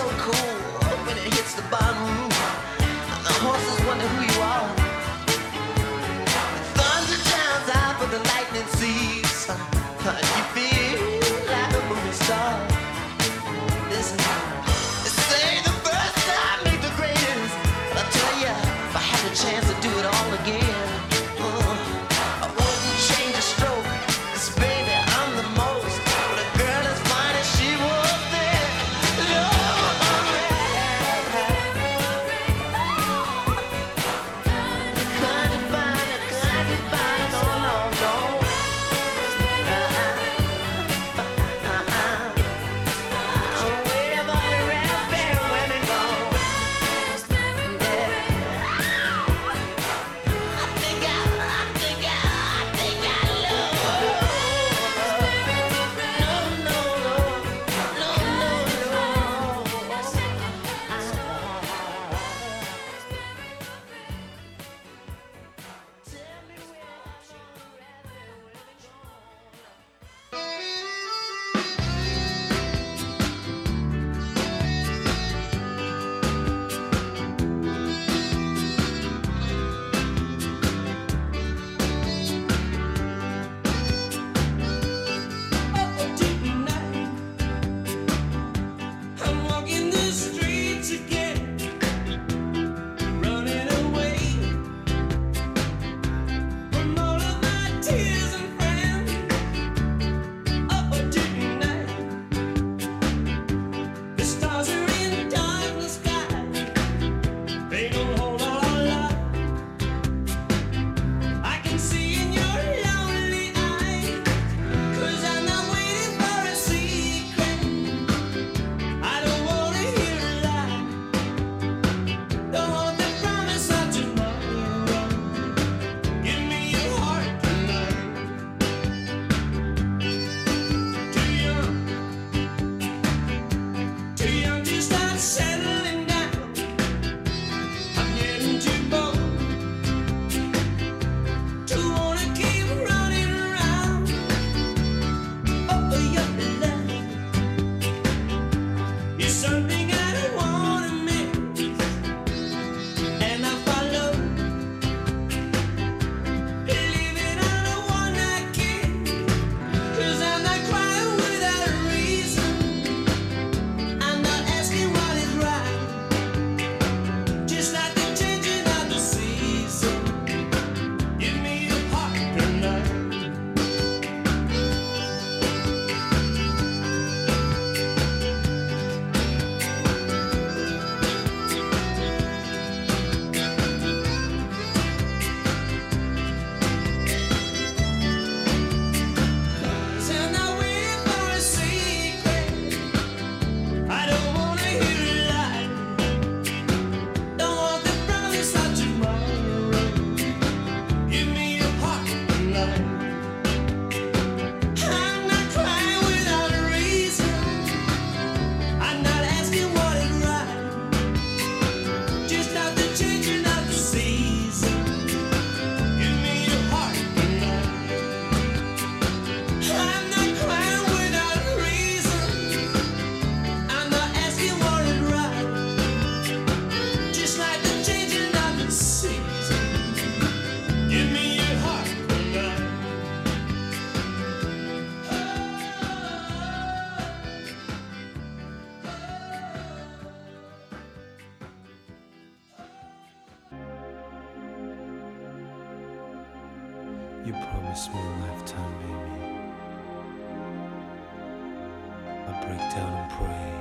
You promised me a lifetime, baby. I break down and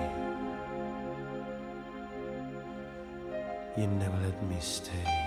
pray. You never let me stay.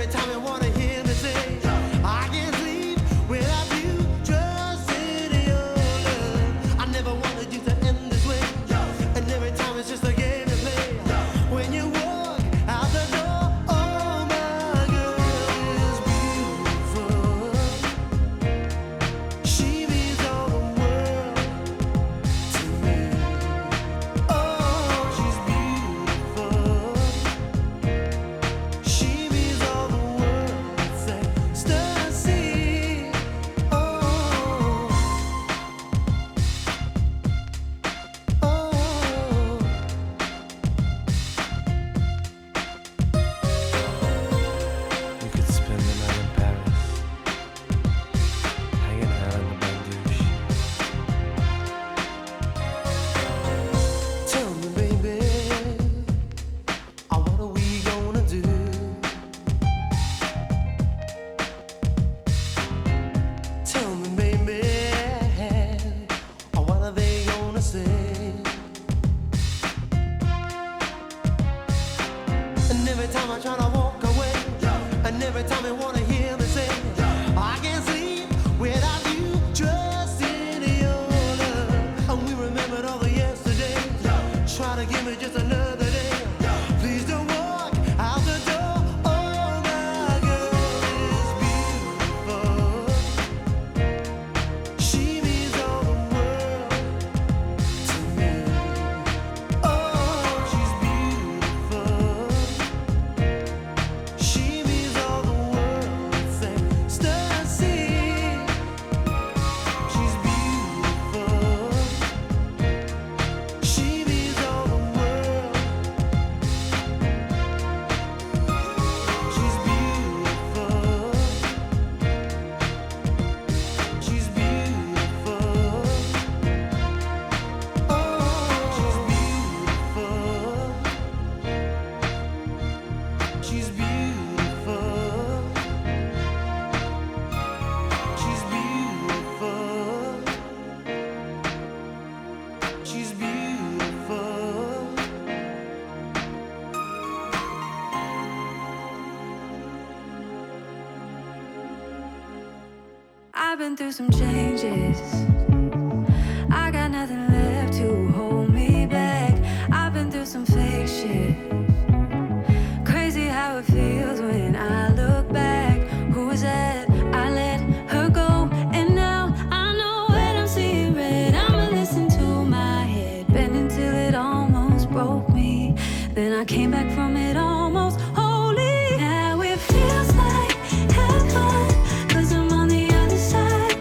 I've been through some changes. I got nothing left to hold me back. I've been through some fake shit. Crazy how it feels when I look back. Who was that? I let her go, and now I know when I'm seeing red. I'ma listen to my head, bending till it almost broke me. Then I came back from it almost holy. Now it feels like heaven, 'cause I'm on the other side,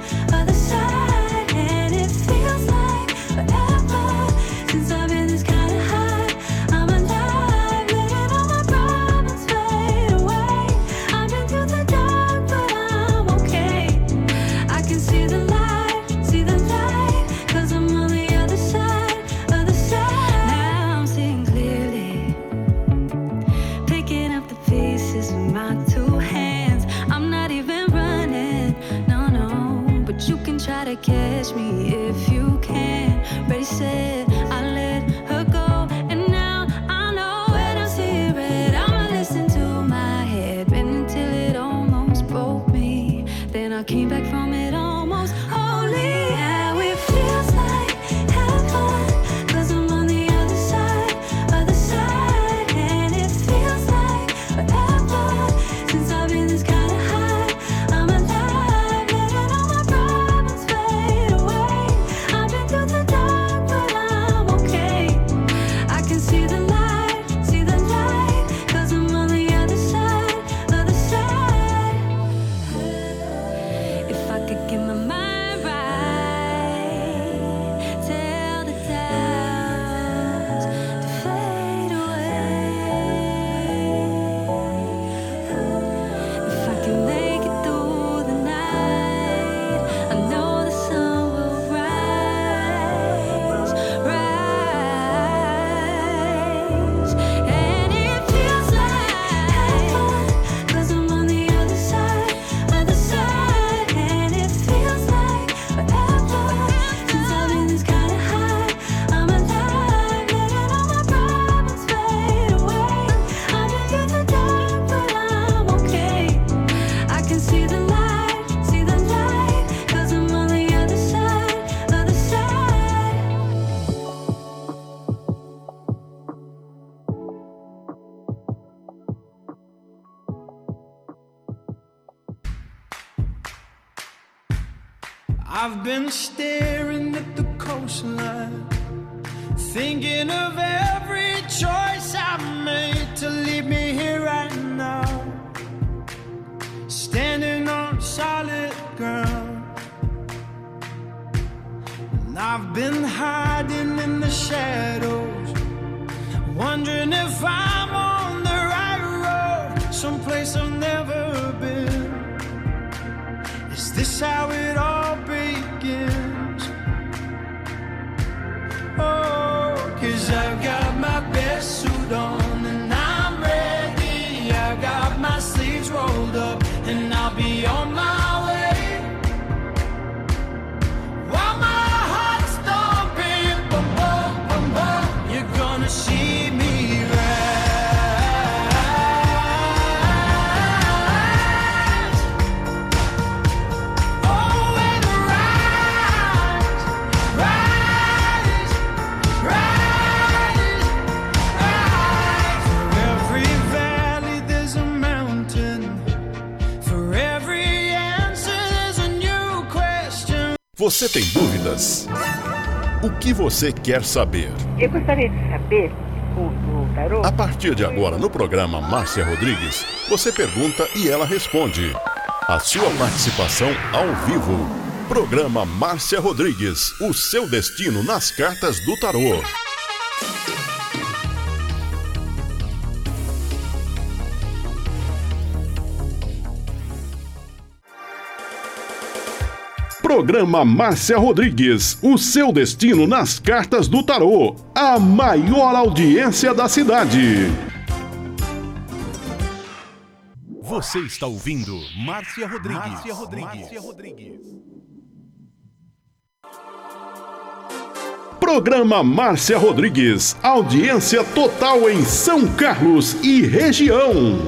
and it feels like forever since I've been this kind of high. I'm alive, letting all my problems fade away. I've been through the dark, but I'm okay. I can see the light, 'cause I'm on the other side. Now I'm seeing clearly, picking I've been staring at the coastline, thinking of every choice I've made to leave me here right now, standing on solid ground. And I've been hiding in the shadows, wondering if I'm on the right road, someplace I've never been. Is this how it all begins? Oh, 'cause I've got my best suit on and I'm ready. I got my sleeves rolled up and I'll be on my way. While my heart's thumping, bum, bum, bum, bum, you're gonna see me rise. Oh, and rise, rise, rise, rise. For every valley there's a mountain. For every answer there's a new question. Você tem dúvidas? O que você quer saber? Eu gostaria de saber o tarô. A partir de agora, no programa Márcia Rodrigues, você pergunta e ela responde. A sua participação ao vivo. Programa Márcia Rodrigues, o seu destino nas cartas do tarô. Programa Márcia Rodrigues, o seu destino nas cartas do tarô. A maior audiência da cidade. Você está ouvindo Márcia Rodrigues. Márcia Rodrigues. Programa Márcia Rodrigues, audiência total em São Carlos e região.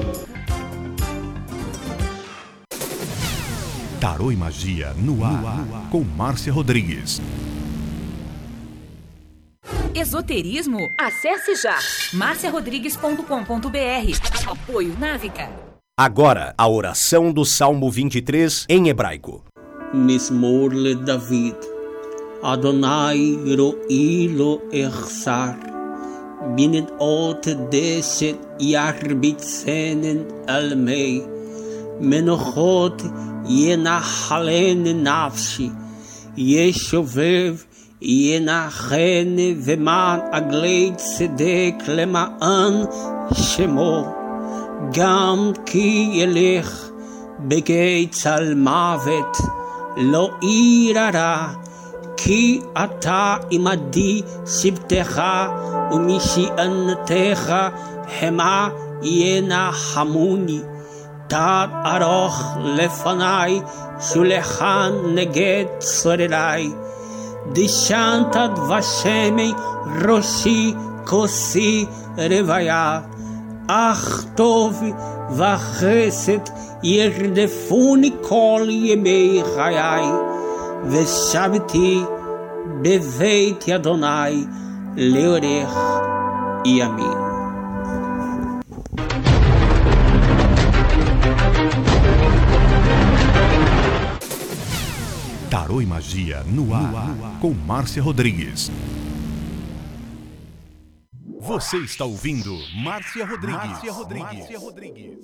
Tarô e Magia no ar, com Márcia Rodrigues. Esoterismo? Acesse já marciarodrigues.com.br. Apoio Návica. Agora, a oração do Salmo 23 em hebraico. Mismor le David, Adonai ro'i lo echsar, binnen ot deset yarbitzenen almei, menochot ינחלני נפשי, ישובב ינחני ומען עגלי צדק למען שמו, גם כי ילך בגיא צל מוות לא ירא, כי אתה עמדי שבטך ומשענתך המה ינחמוני. Tad aroch lefanai, shulechan neged sorerai. Dishantad vashemi, roshi kosi revaya. Ach tov vachesed yerdefuni kol yemei chayai. Veshaviti beveit Adonai leorech yamin. Tarô e Magia no ar, com Márcia Rodrigues. Você está ouvindo Márcia Rodrigues. Márcia Rodrigues.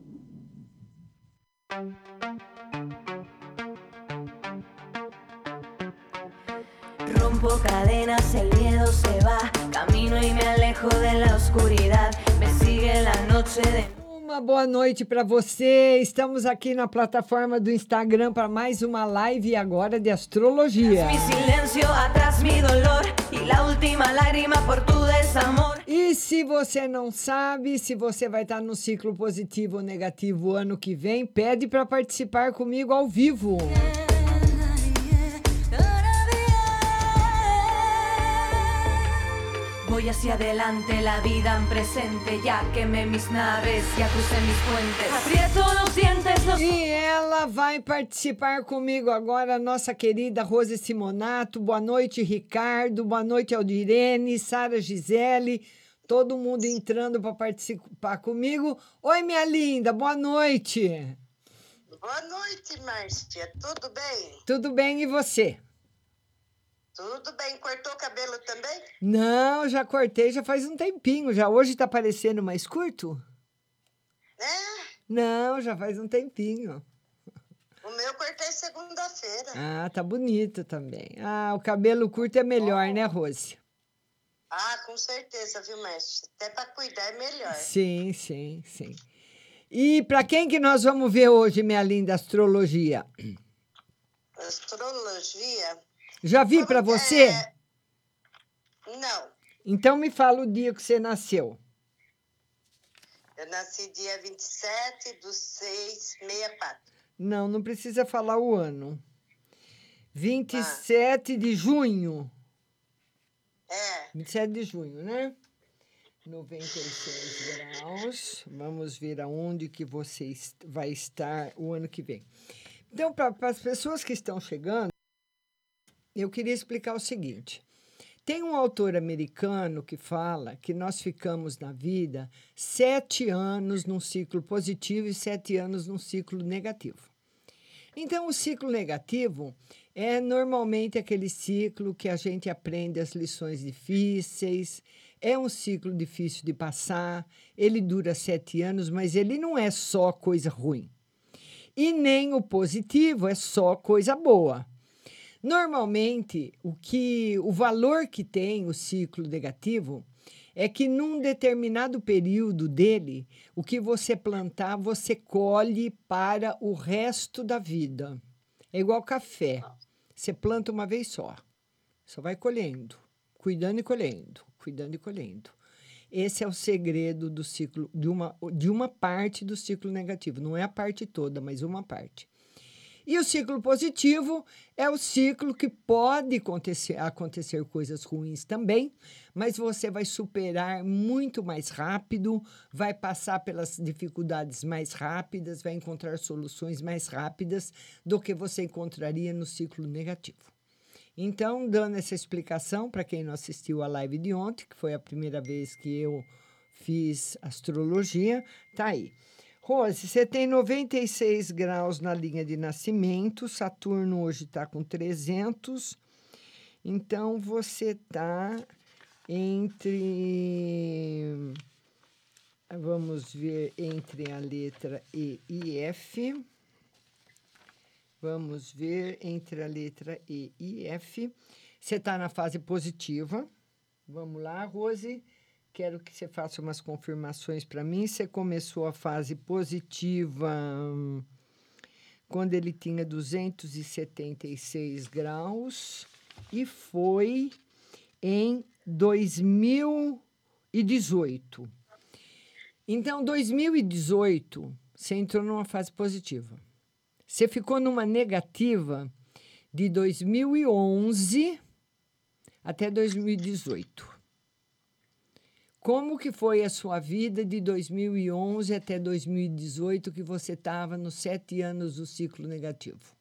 Rompo cadenas, el miedo se va, camino y me alejo de la oscuridad, me sigue la noche de... Uma boa noite para você. Estamos aqui na plataforma do Instagram para mais uma live agora de astrologia. Mi silencio atrás mi dolor y la última lágrima por tu desamor. E se você não sabe se você vai estar no ciclo positivo ou negativo ano que vem, pede para participar comigo ao vivo. Voy hacia adelante, la vida en presente, ya quemé mis naves, ya crucé mis puentes, aprieto los dientes, los... E ela vai participar comigo agora, nossa querida Rose Simonato. Boa noite, Ricardo. Boa noite, Aldirene, Sara Gisele. Todo mundo entrando para participar comigo. Oi, minha linda, boa noite. Boa noite, Márcia. Tudo bem? Tudo bem, e você? Tudo bem. Cortou o cabelo também? Não, já cortei, já faz um tempinho. Já hoje tá parecendo mais curto? É? Não, já faz um tempinho. O meu cortei segunda-feira. Ah, tá bonito também. Ah, o cabelo curto é melhor, né, Rose? Ah, com certeza, viu, Márcia? Até para cuidar é melhor. Sim, sim, sim. E para quem que nós vamos ver hoje, minha linda astrologia? Astrologia? Já vi para você? Não. Então me fala o dia que você nasceu. Eu nasci dia 27/6/64. Não, não precisa falar o ano. 27 de junho. 27 de junho, né? 96 graus. Vamos ver aonde que você vai estar o ano que vem. Então, para as pessoas que estão chegando, eu queria explicar o seguinte. Tem um autor americano que fala que nós ficamos na vida 7 anos num ciclo positivo e 7 anos num ciclo negativo. Então, o ciclo negativo é normalmente aquele ciclo que a gente aprende as lições difíceis, é um ciclo difícil de passar, ele dura 7 anos, mas ele não é só coisa ruim. E nem o positivo é só coisa boa. Normalmente, o valor que tem o ciclo negativo é que num determinado período dele, o que você plantar, você colhe para o resto da vida. É igual café. Você planta uma vez só vai colhendo, cuidando e colhendo, cuidando e colhendo. Esse é o segredo do ciclo, de uma parte do ciclo negativo. Não é a parte toda, mas uma parte. E o ciclo positivo é o ciclo que pode acontecer coisas ruins também, mas você vai superar muito mais rápido, vai passar pelas dificuldades mais rápidas, vai encontrar soluções mais rápidas do que você encontraria no ciclo negativo. Então, dando essa explicação para quem não assistiu a live de ontem, que foi a primeira vez que eu fiz astrologia, tá aí. Rose, você tem 96 graus na linha de nascimento, Saturno hoje está com 300, então você está entre, vamos ver, entre a letra E e F. Vamos ver, entre a letra E e F. Você está na fase positiva. Vamos lá, Rose. Quero que você faça umas confirmações para mim. Você começou a fase positiva quando ele tinha 276 graus e foi em 2018. Então, 2018, você entrou numa fase positiva. Você ficou numa negativa de 2011 até 2018. Como que foi a sua vida de 2011 até 2018, que você estava nos 7 anos do ciclo negativo?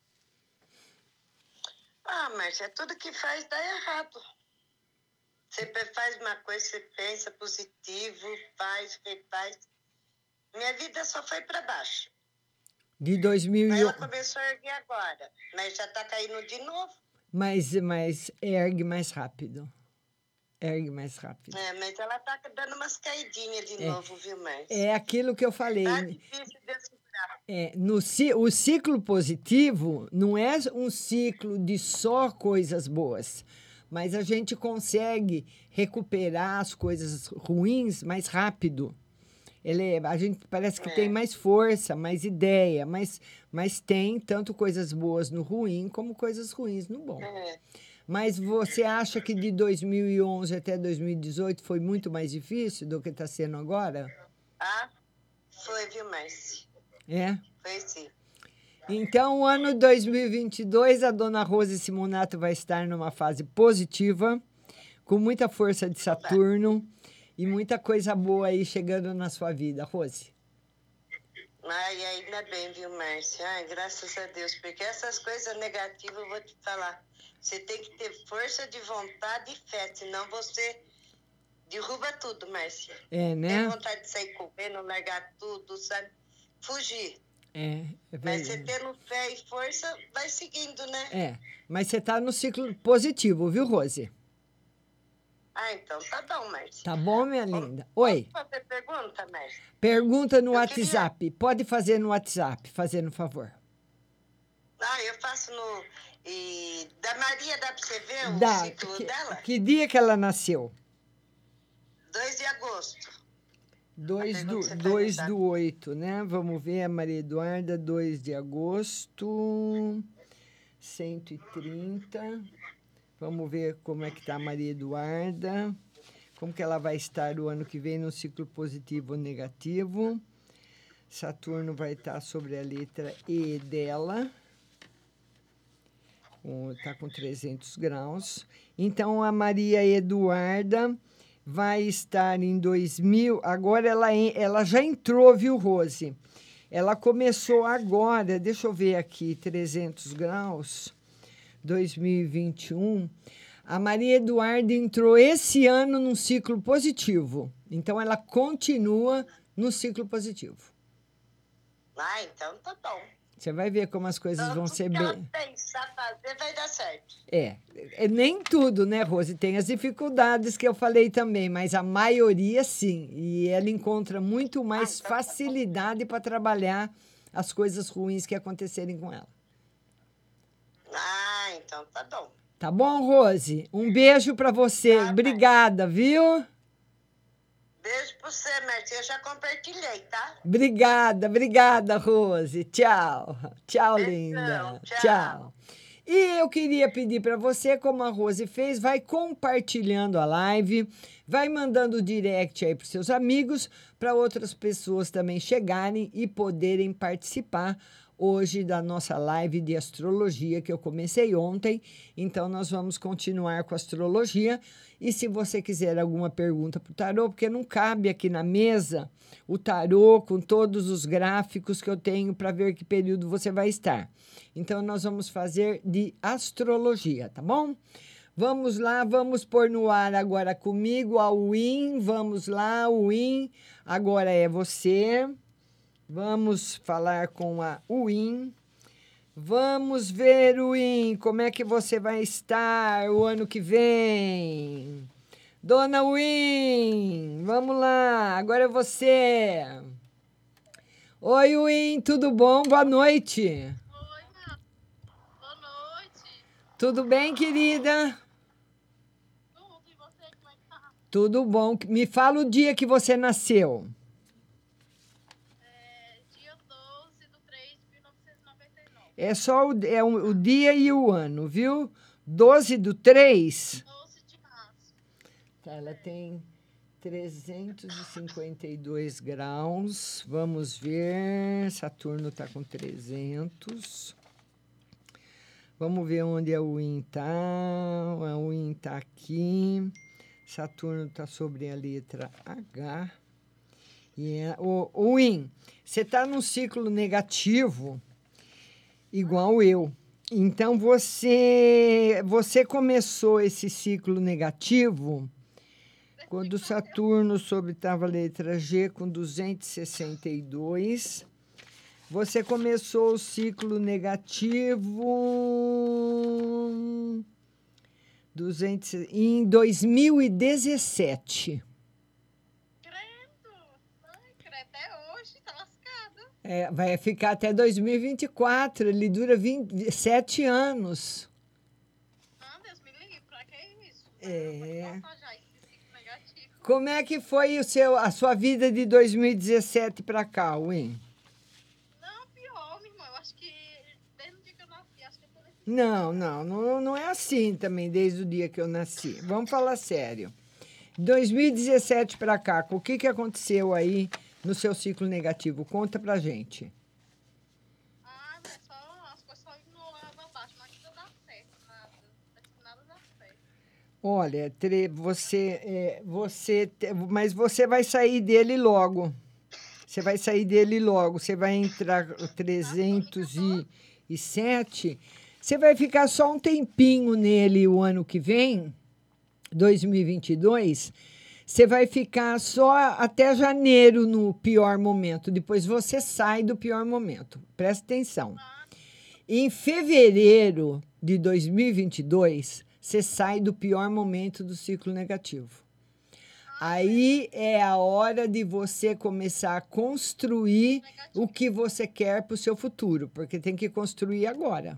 Ah, Márcia, tudo que faz dá errado. Você faz uma coisa, você pensa positivo, faz, refaz. Minha vida só foi para baixo. De 2000 Ela começou a erguer agora, mas já está caindo de novo. Mas ergue mais rápido. Ergue mais rápido. É, mas ela está dando umas caidinhas de novo, viu, Márcia? É aquilo que eu falei. Tá difícil de segurar. O ciclo positivo não é um ciclo de só coisas boas, mas a gente consegue recuperar as coisas ruins mais rápido. A gente parece que tem mais força, mais ideia, mas tem tanto coisas boas no ruim como coisas ruins no bom. Mas você acha que de 2011 até 2018 foi muito mais difícil do que está sendo agora? Ah, foi, viu, Márcia? É? Foi sim. Então, o ano 2022, a dona Rose Simonato vai estar numa fase positiva, com muita força de Saturno e muita coisa boa aí chegando na sua vida, Rose. Ai, ainda bem, viu, Márcia? Ai, graças a Deus, porque essas coisas negativas, eu vou te falar, você tem que ter força de vontade e fé, senão você derruba tudo, Márcia. É, né? Tem vontade de sair correndo, largar tudo, sabe? Fugir. É Mas você verdade. tendo fé e força, vai seguindo, né? É, mas você está no ciclo positivo, viu, Rose? Ah, então tá bom, Márcia. Tá bom, minha linda? Oi, Posso fazer pergunta, Márcia? pergunta no Eu WhatsApp. Pode fazer no WhatsApp, fazendo favor. Ah, eu faço no... E da Maria, dá pra você ver o Dá. ciclo dela? Que dia que ela nasceu? 2 de agosto. 2 pergunta que você do perguntar. 8, né? Vamos ver a Maria Eduarda, 2 de agosto, 130. Vamos ver como é que está a Maria Eduarda, como que ela vai estar o ano que vem no ciclo positivo ou negativo. Saturno vai estar sobre a letra E dela. Está com 300 graus. Então, a Maria Eduarda vai estar em 2000. Agora, ela já entrou, viu, Rose? Ela começou agora, deixa eu ver aqui, 300 graus, 2021. A Maria Eduarda entrou esse ano num ciclo positivo. Então, ela continua no ciclo positivo. Ah, então tá bom. Você vai ver como as coisas Então, vão tudo ser que bem. ela pensar fazer vai dar certo. Nem tudo, né, Rose? Tem as dificuldades que eu falei também, mas a maioria sim. E ela encontra muito mais facilidade para trabalhar as coisas ruins que acontecerem com ela. Ah, então tá bom. Tá bom, Rose? Um beijo para você. Tá, Obrigada, viu? Beijo pra você, Márcia. Eu já compartilhei, tá? Obrigada, Rose. Tchau. Tchau, Beijão, linda. tchau. Tchau. E eu queria pedir para você, como a Rose fez, vai compartilhando a live, vai mandando direct aí para seus amigos, para outras pessoas também chegarem e poderem participar hoje da nossa live de astrologia que eu comecei ontem. Então, nós vamos continuar com a astrologia. E se você quiser alguma pergunta para o tarô, porque não cabe aqui na mesa o tarô com todos os gráficos que eu tenho para ver que período você vai estar. Então, nós vamos fazer de astrologia, tá bom? Vamos lá, vamos pôr no ar agora comigo a Win. Vamos lá, Win. Agora é você. Vamos falar com a Win. Vamos ver, Win, como é que você vai estar o ano que vem. Dona Win, vamos lá, agora é você. Oi, Win, tudo bom? Boa noite. Oi, boa noite. Tudo bem, querida? Tudo, e você, como é que tá? Tudo bom. Me fala o dia que você nasceu. Dia 12/3/1999. É só o dia e o ano, viu? 12/3. 12 de março. Tá, ela tem 352 graus. Vamos ver. Saturno está com 300. Vamos ver onde a Win está. A Win está aqui. Saturno está sobre a letra H. E o Win, você está num ciclo negativo, igual eu. Então, você começou esse ciclo negativo quando Saturno estava a letra G com 262. Você começou o ciclo negativo em 2017. Até hoje, tá lascado. Vai ficar até 2024. Ele dura 27 anos. Ah, Deus me livre, pra que isso? Como é que foi a sua vida de 2017 para cá, Win? Não, pior, minha irmã. Eu acho que desde o dia que eu nasci, acho que eu tô nesse... Não é assim também, desde o dia que eu nasci. Vamos falar sério. 2017 para cá, o que aconteceu aí no seu ciclo negativo? Conta pra gente. As coisas só indo lá abaixo, mas não dá certo, nada dá certo. Olha, mas você vai sair dele logo. Você vai sair dele logo. Você vai entrar 307. Você vai ficar só um tempinho nele o ano que vem, 2022. Você vai ficar só até janeiro no pior momento. Depois você sai do pior momento. Presta atenção. Em fevereiro de 2022, você sai do pior momento do ciclo negativo. Aí é a hora de você começar a construir o que você quer para o seu futuro, porque tem que construir agora.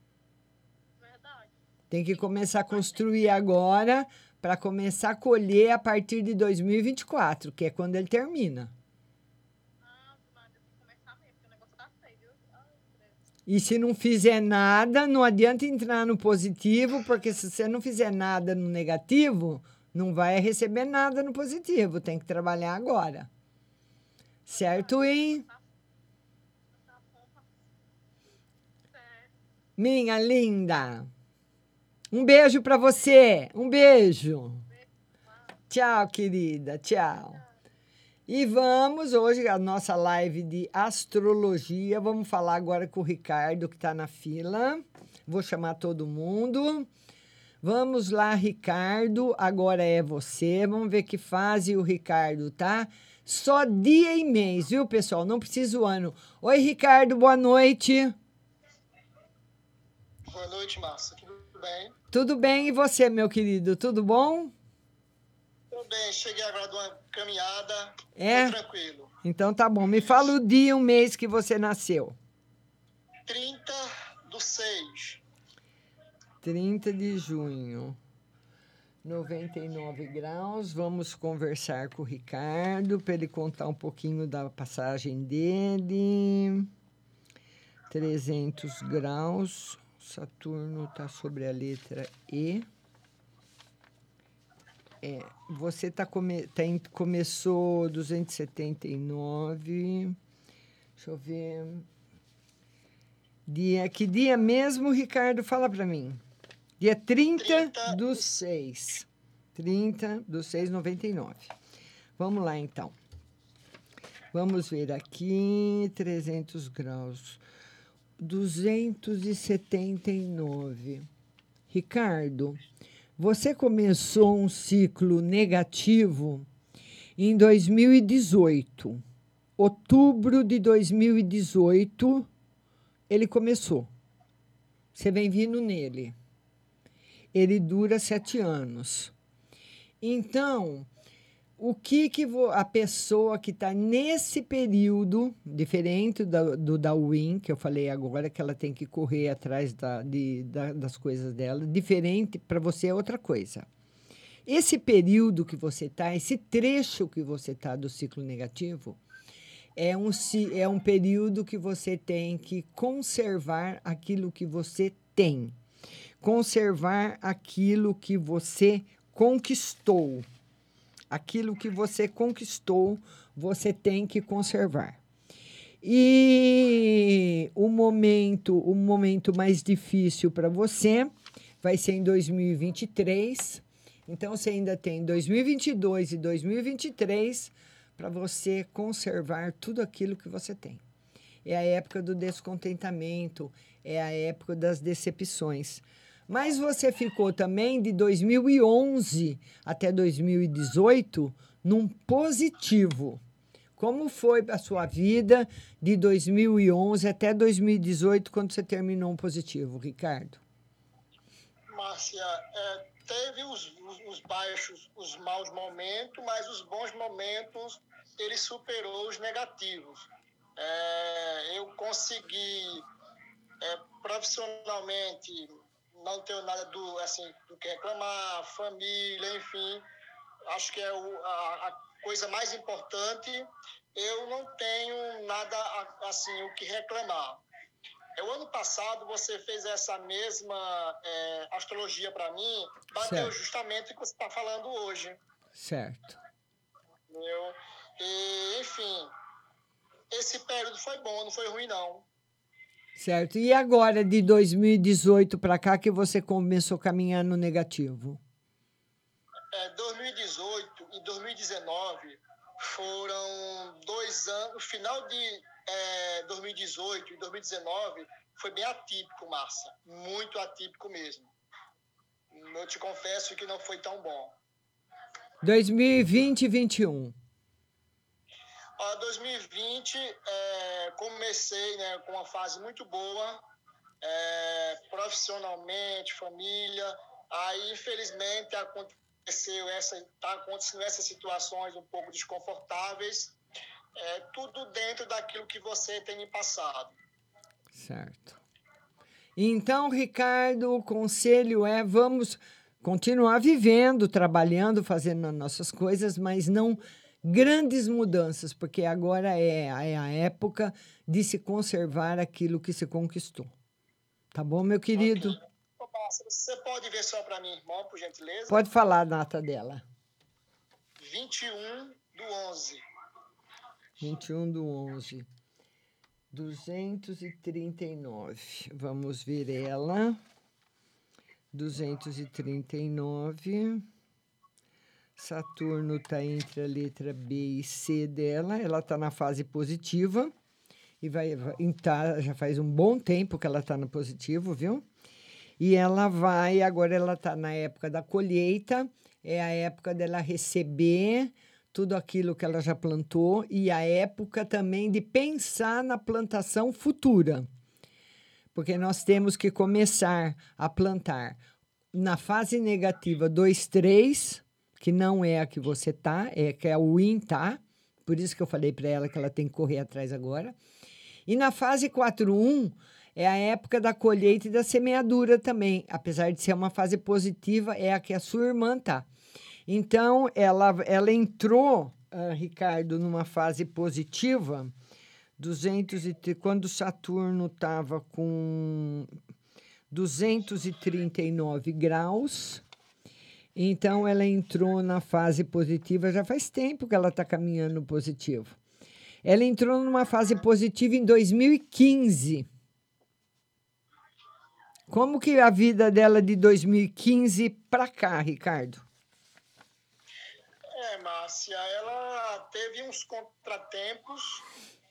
Tem que começar a construir agora para começar a colher a partir de 2024, que é quando ele termina. E se não fizer nada, não adianta entrar no positivo, porque se você não fizer nada no negativo, não vai receber nada no positivo. Tem que trabalhar agora. Certo, hein? Minha linda. Um beijo para você. Um beijo. Tchau, querida. Tchau. E vamos, hoje, a nossa live de astrologia. Vamos falar agora com o Ricardo, que está na fila. Vou chamar todo mundo. Vamos lá, Ricardo. Agora é você. Vamos ver que fase o Ricardo tá. Só dia e mês, viu, pessoal? Não precisa o ano. Oi, Ricardo. Boa noite. Boa noite, Márcia. Tudo bem? Tudo bem. E você, meu querido? Tudo bom? Tudo bem. Cheguei agora de uma caminhada. É? Tô tranquilo. Então tá bom. Me fala o dia e o mês que você nasceu. 30/6. 30 de junho. 99 graus. Vamos conversar com o Ricardo para ele contar um pouquinho da passagem dele. 300 graus. Saturno está sobre a letra E. Você começou 279. Deixa eu ver. Que dia mesmo, Ricardo? Fala para mim. Dia 30/6. 30/6/99. Vamos lá, então. Vamos ver aqui. 300 graus. 279. Ricardo, você começou um ciclo negativo em 2018. Outubro de 2018, ele começou. Você vem vindo nele. Ele dura 7 anos. Então, o que a pessoa que está nesse período, diferente do da Win, que eu falei agora, que ela tem que correr atrás das coisas dela, diferente para você é outra coisa. Esse período que você está, esse trecho que você está do ciclo negativo, é um período que você tem que conservar aquilo que você tem. Conservar aquilo que você conquistou. Aquilo que você conquistou, você tem que conservar. E o momento mais difícil para você vai ser em 2023. Então, você ainda tem 2022 e 2023 para você conservar tudo aquilo que você tem. É a época do descontentamento, é a época das decepções. Mas você ficou também de 2011 até 2018 num positivo. Como foi a sua vida de 2011 até 2018, quando você terminou um positivo, Ricardo? Márcia, teve os baixos, os maus momentos, mas os bons momentos, ele superou os negativos. Eu consegui, profissionalmente, não tenho nada do que reclamar, família, enfim. Acho que é a coisa mais importante. Eu não tenho nada assim o que reclamar. O ano passado você fez essa mesma astrologia para mim, bateu certo. Justamente o que você está falando hoje. Certo. E, enfim, esse período foi bom, não foi ruim não. Certo. E agora, de 2018 para cá, que você começou a caminhar no negativo? 2018 e 2019 foram 2 anos. No final de 2018 e 2019 foi bem atípico, Márcia. Muito atípico mesmo. Eu te confesso que não foi tão bom. 2020 e 21. 2020, comecei, né, com uma fase muito boa, profissionalmente, família. Aí, infelizmente, tá acontecendo essas situações um pouco desconfortáveis, tudo dentro daquilo que você tem me passado. Certo. Então, Ricardo, o conselho é: vamos continuar vivendo, trabalhando, fazendo as nossas coisas, mas não grandes mudanças, porque agora é a época de se conservar aquilo que se conquistou. Tá bom, meu querido? Okay. Você pode ver só para minha irmã, por gentileza? Pode falar a data dela. 21/11. 21/11. 239. Vamos ver ela. 239. Saturno está entre a letra B e C dela. Ela está na fase positiva. E já faz um bom tempo que ela está no positivo, viu? E agora ela está na época da colheita. É a época dela receber tudo aquilo que ela já plantou e a época também de pensar na plantação futura. Porque nós temos que começar a plantar na fase negativa 2, 3, que não é a que você tá, que é o Yin tá. Por isso que eu falei para ela que ela tem que correr atrás agora. E na fase 4.1 é a época da colheita e da semeadura também. Apesar de ser uma fase positiva, é a que a sua irmã tá. Então, ela entrou, Ricardo, numa fase positiva, quando Saturno estava com 239 graus. Então, ela entrou na fase positiva, já faz tempo que ela está caminhando positivo. Ela entrou numa fase positiva em 2015. Como que é a vida dela de 2015 para cá, Ricardo? Márcia, ela teve uns contratempos,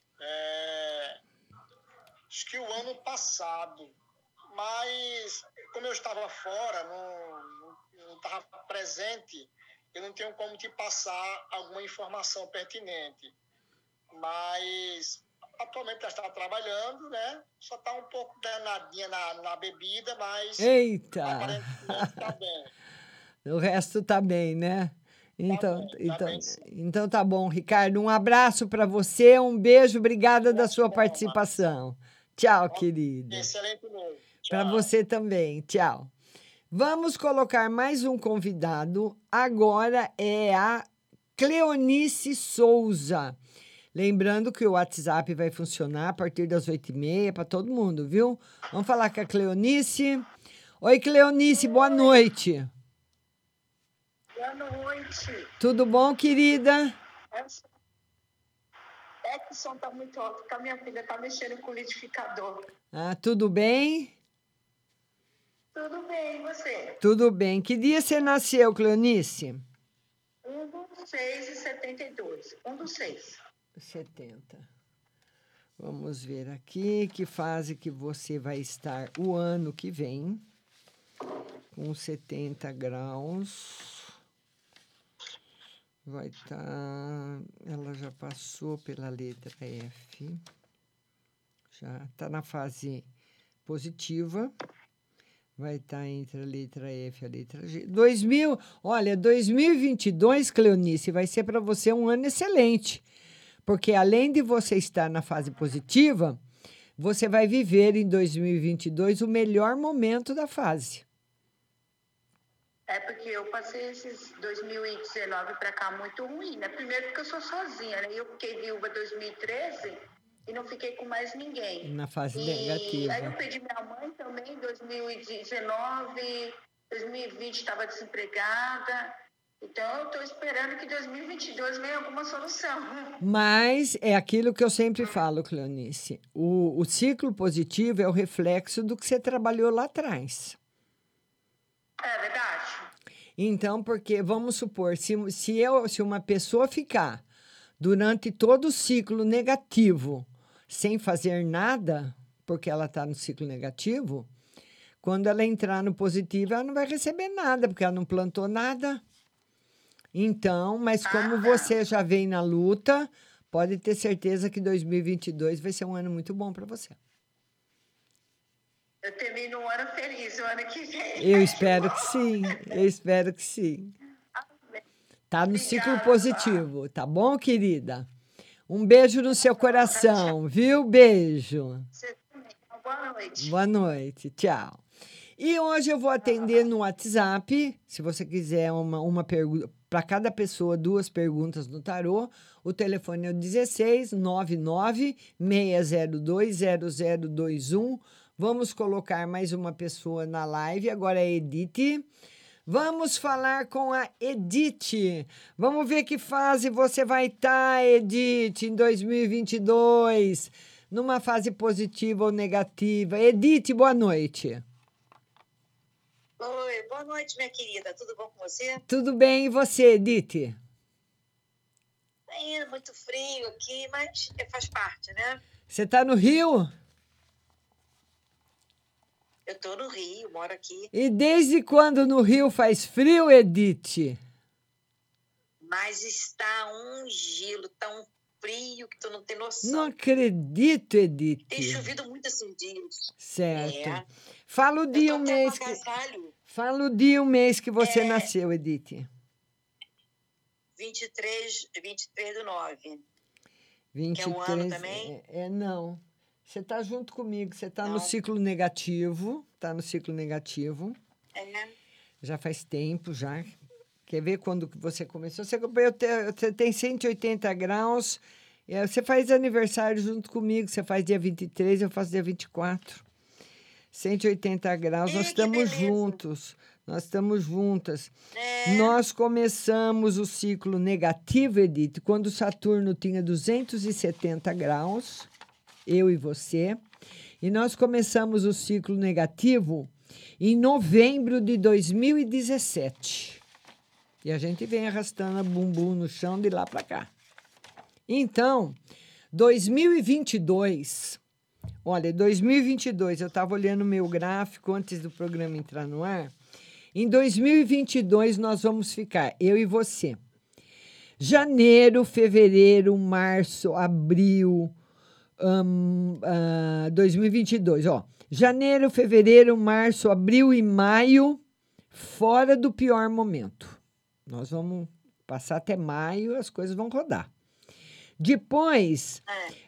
acho que o ano passado, mas como eu estava fora, não estava presente, eu não tenho como te passar alguma informação pertinente. Mas atualmente ela está trabalhando, né? Só está um pouco danadinha na bebida, mas eita! Aparentemente está bem. O resto está bem, né? Então tá bom, Ricardo. Um abraço para você, um beijo, obrigada da sua participação. Tchau, querido. Excelente noite. Para você também, tchau. Vamos colocar mais um convidado. Agora é a Cleonice Souza. Lembrando que o WhatsApp vai funcionar a partir das 8h30 para todo mundo, viu? Vamos falar com a Cleonice. Oi, Cleonice, boa noite. Boa noite. Tudo bom, querida? Que o som está muito alto, porque a minha filha está mexendo com o liquidificador. Tudo bem? Tudo bem, e você? Tudo bem. Que dia você nasceu, Cleonice? 1/6/72. 1/6. 70. Vamos ver aqui que fase que você vai estar o ano que vem. Com 70 graus. Vai estar... Ela já passou pela letra F. Já está na fase positiva. Vai estar entre a letra F e a letra G. 2022, Cleonice, vai ser para você um ano excelente. Porque além de você estar na fase positiva, você vai viver em 2022 o melhor momento da fase. Porque eu passei esses 2019 para cá muito ruim, né? Primeiro porque eu sou sozinha, né? Eu fiquei viúva em 2013 e não fiquei com mais ninguém. Na fase negativa. Aí eu perdi minha mãe também em 2019, 2020 estava desempregada. Então, eu estou esperando que 2022 venha alguma solução. Mas é aquilo que eu sempre falo, Cleonice. O ciclo positivo é o reflexo do que você trabalhou lá atrás. É verdade. Então, porque, vamos supor, se uma pessoa ficar durante todo o ciclo negativo sem fazer nada, porque ela está no ciclo negativo, quando ela entrar no positivo, ela não vai receber nada, porque ela não plantou nada. Então, mas como você já vem na luta, pode ter certeza que 2022 vai ser um ano muito bom para você. Eu termino um ano feliz, o ano que vem. Eu espero que sim, eu espero que sim. Tá no ciclo positivo, tá bom, querida? Um beijo no seu coração, viu? Beijo. Você também. Boa noite. Boa noite, tchau. E hoje eu vou atender no WhatsApp, se você quiser uma pergunta, para cada pessoa, 2 perguntas no tarô. O telefone é o 16 99 602 0021. Vamos colocar mais uma pessoa na live, agora é a Edith. Vamos falar com a Edith. Vamos ver que fase você vai estar, Edith, em 2022. Numa fase positiva ou negativa. Edith, boa noite. Oi, boa noite, minha querida. Tudo bom com você? Tudo bem, e você, Edith? Ainda muito frio aqui, mas faz parte, né? Você está no Rio? Eu tô no Rio, moro aqui. E desde quando no Rio faz frio, Edith? Mas está um gelo, tá um frio que tu não tem noção. Não acredito, Edith. Tem chovido muito esses dias. Certo. É. Fala o dia e o mês que... Fala o dia e o mês que você nasceu, Edith. 23/9. 23. Que é um ano também? Não. Você está junto comigo, você está no ciclo negativo. Está no ciclo negativo. Já faz tempo, já. Quer ver quando você começou? Você tem 180 graus. Você faz aniversário junto comigo. Você faz dia 23, eu faço dia 24. 180 graus. Nós estamos juntos. Nós estamos juntas. Nós começamos o ciclo negativo, Edith, quando Saturno tinha 270 graus. Eu e você. E nós começamos o ciclo negativo em novembro de 2017. E a gente vem arrastando a bumbum no chão de lá para cá. Então, 2022... Olha, 2022, eu estava olhando o meu gráfico antes do programa entrar no ar. Em 2022, nós vamos ficar, eu e você. Janeiro, fevereiro, março, abril... 2022, ó. Janeiro, fevereiro, março, abril e maio, fora do pior momento. Nós vamos passar até maio, as coisas vão rodar. Depois,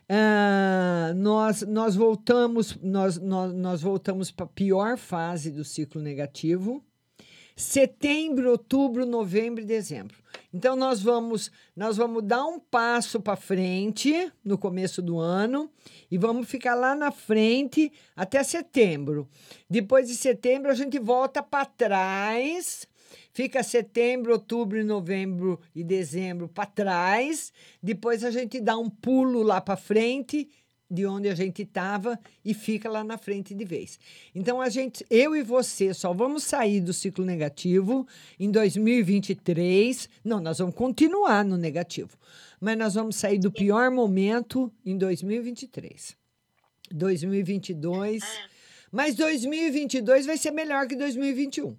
nós voltamos para a pior fase do ciclo negativo. Setembro, outubro, novembro e dezembro. Então, nós vamos dar um passo para frente no começo do ano e vamos ficar lá na frente até setembro. Depois de setembro, a gente volta para trás, fica setembro, outubro, novembro e dezembro para trás. Depois, a gente dá um pulo lá para frente, de onde a gente estava, e fica lá na frente de vez. Então, eu e você só vamos sair do ciclo negativo em 2023. Não, nós vamos continuar no negativo, mas nós vamos sair do pior momento em 2023. 2022. Mas 2022 vai ser melhor que 2021.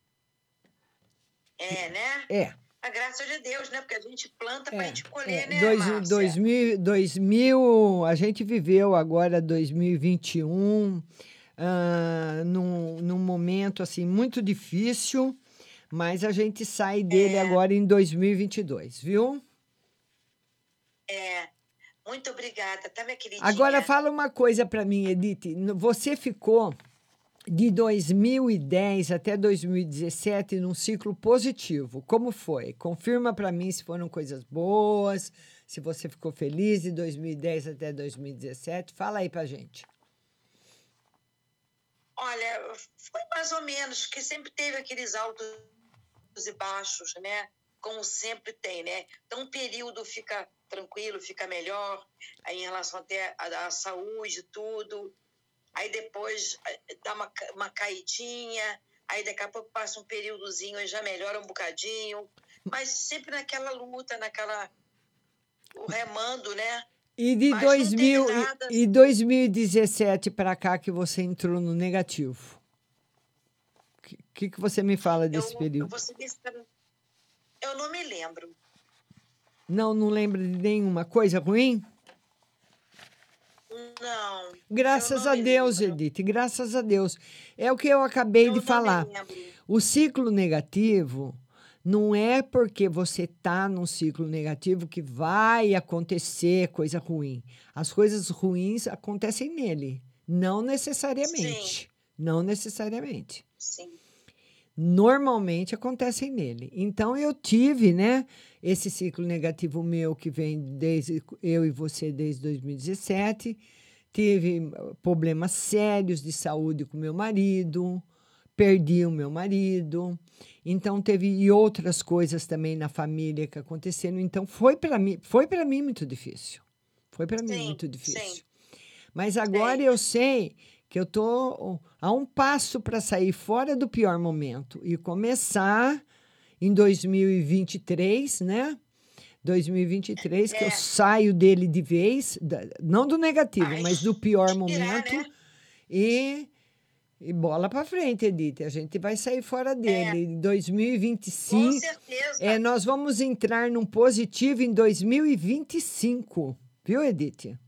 Né? A graça de Deus, né? Porque a gente planta para a gente colher, né, 2000, a gente viveu agora 2021 num momento assim muito difícil, mas a gente sai dele agora em 2022, viu? Muito obrigada, tá, minha queridinha? Agora fala uma coisa para mim, Edith. Você ficou de 2010 até 2017 num ciclo positivo. Como foi? Confirma para mim se foram coisas boas, se você ficou feliz de 2010 até 2017. Fala aí pra gente. Olha, foi mais ou menos, que sempre teve aqueles altos e baixos, né? Como sempre tem, né? Então, um período fica tranquilo, fica melhor, aí em relação até à saúde, tudo. Aí depois dá uma caidinha, aí daqui a pouco passa um períodozinho e já melhora um bocadinho, mas sempre naquela luta, o remando, né? E de 2017 para cá que você entrou no negativo. O que você me fala desse período? Eu não me lembro. Não lembra de nenhuma coisa ruim? Não. Graças a Deus, Edith, graças a Deus. É o que eu acabei de falar. O ciclo negativo não é porque você está num ciclo negativo que vai acontecer coisa ruim. As coisas ruins acontecem nele, não necessariamente. Sim. Não necessariamente. Sim. Normalmente acontecem nele. Então, eu tive, né, esse ciclo negativo meu que vem desde eu e você desde 2017. Tive problemas sérios de saúde com meu marido, perdi o meu marido. Então, teve outras coisas também na família que aconteceram. Então, foi para mim muito difícil. Foi para mim muito difícil. Sim. Mas agora eu sei que eu estou a um passo para sair fora do pior momento e começar em 2023, né? 2023, que eu saio dele de vez, não do negativo, mas do pior momento. Né? E bola para frente, Edith. A gente vai sair fora dele. Em 2025. Com certeza. Nós vamos entrar num positivo em 2025. Viu, Edith?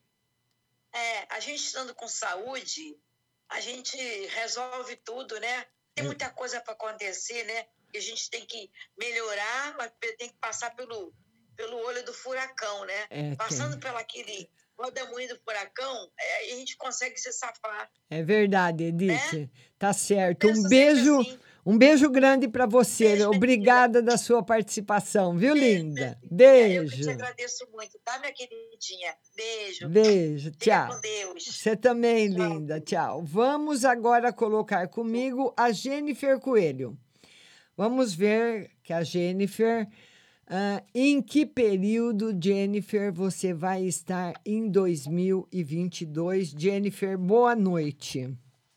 A gente estando com saúde, a gente resolve tudo, né? Tem muita coisa para acontecer, né? E a gente tem que melhorar, mas tem que passar pelo olho do furacão, né? Passando pelo aquele rodamuinho do furacão, a gente consegue se safar. É verdade, Edith. Né? Tá certo. Penso Um beijo grande para você. Beijo, obrigada da sua participação, viu, linda? Beijo. Eu te agradeço muito, tá, minha queridinha? Beijo. Beijo. Tchau. Fica com Deus. Você também, Tchau. linda. Tchau. Vamos agora colocar comigo a Jennifer Coelho. Vamos ver que a Jennifer... em que período, Jennifer, você vai estar em 2022? Jennifer, boa noite.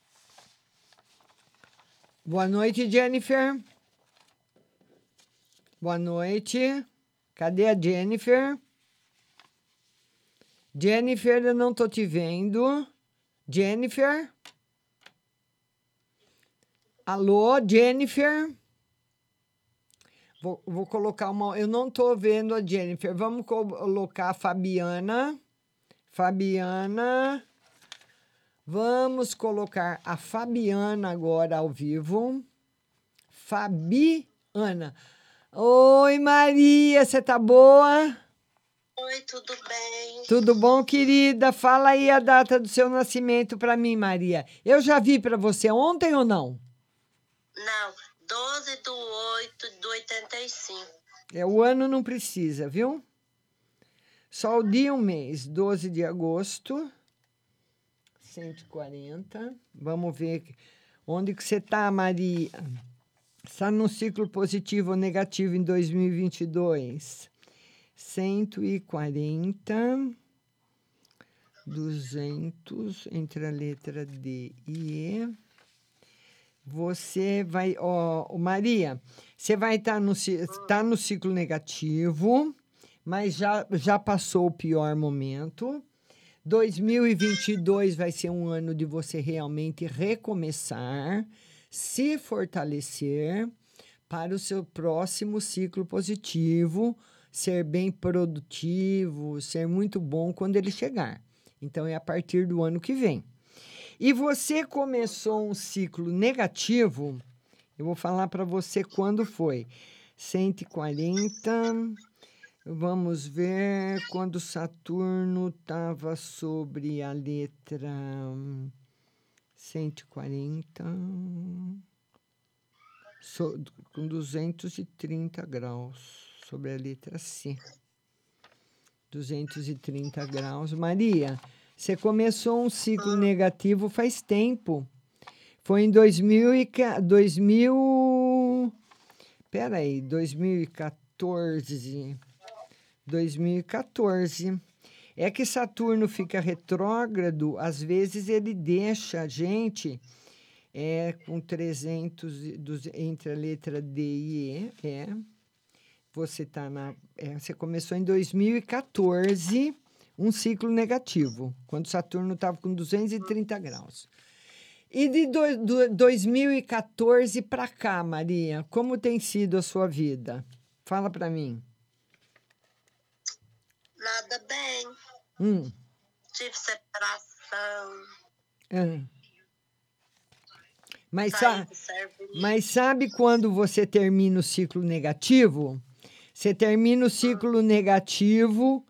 Boa noite, Jennifer. Boa noite. Cadê a Jennifer? Jennifer, eu não estou te vendo. Jennifer? Alô, Jennifer? Vou colocar uma... Eu não estou vendo a Jennifer. Vamos colocar a Fabiana. Fabiana. Vamos colocar a Fabiana agora ao vivo. Fabiana. Oi, Maria. Você tá boa? Oi, tudo bem? Tudo bom, querida? Fala aí a data do seu nascimento para mim, Maria. Eu já vi para você ontem ou não? Não. 12/8/85. O ano não precisa, viu? Só o dia e o mês. 12 de agosto. 140. Vamos ver onde que você está, Maria. Está num ciclo positivo ou negativo em 2022? 140. 200 entre a letra D e E. Você vai... Maria, você vai estar no ciclo negativo, mas já passou o pior momento. 2022 vai ser um ano de você realmente recomeçar, se fortalecer para o seu próximo ciclo positivo, ser bem produtivo, ser muito bom quando ele chegar. Então, é a partir do ano que vem. E você começou um ciclo negativo, eu vou falar para você quando foi. 140, vamos ver quando Saturno estava sobre a letra 140, com 230 graus, sobre a letra C. 230 graus. Maria... Você começou um ciclo negativo faz tempo. Foi em 2014. 2014. É que Saturno fica retrógrado, às vezes ele deixa a gente com 300 entre a letra D e E. Você você começou em 2014. Um ciclo negativo, quando Saturno estava com 230 graus. E de 2014 para cá, Maria, como tem sido a sua vida? Fala para mim. Nada bem. Tive separação. Mas sabe quando você termina o ciclo negativo? Você termina o ciclo negativo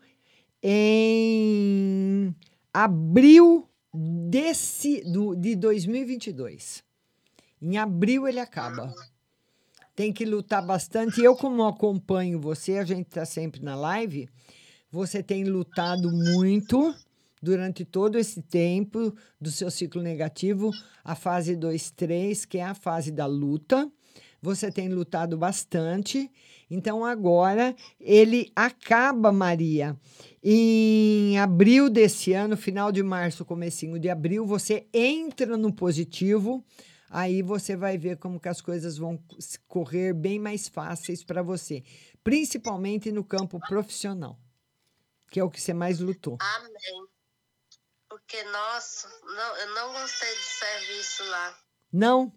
em abril de 2022. Em abril ele acaba. Tem que lutar bastante. Eu, como acompanho você, a gente está sempre na live, você tem lutado muito durante todo esse tempo do seu ciclo negativo, a fase 2, 3, que é a fase da luta. Você tem lutado bastante. Então, agora, ele acaba, Maria. Em abril desse ano, final de março, comecinho de abril, você entra no positivo. Aí você vai ver como que as coisas vão correr bem mais fáceis para você. Principalmente no campo profissional, que é o que você mais lutou. Amém. Porque, nossa, eu não gostei do serviço lá. Não?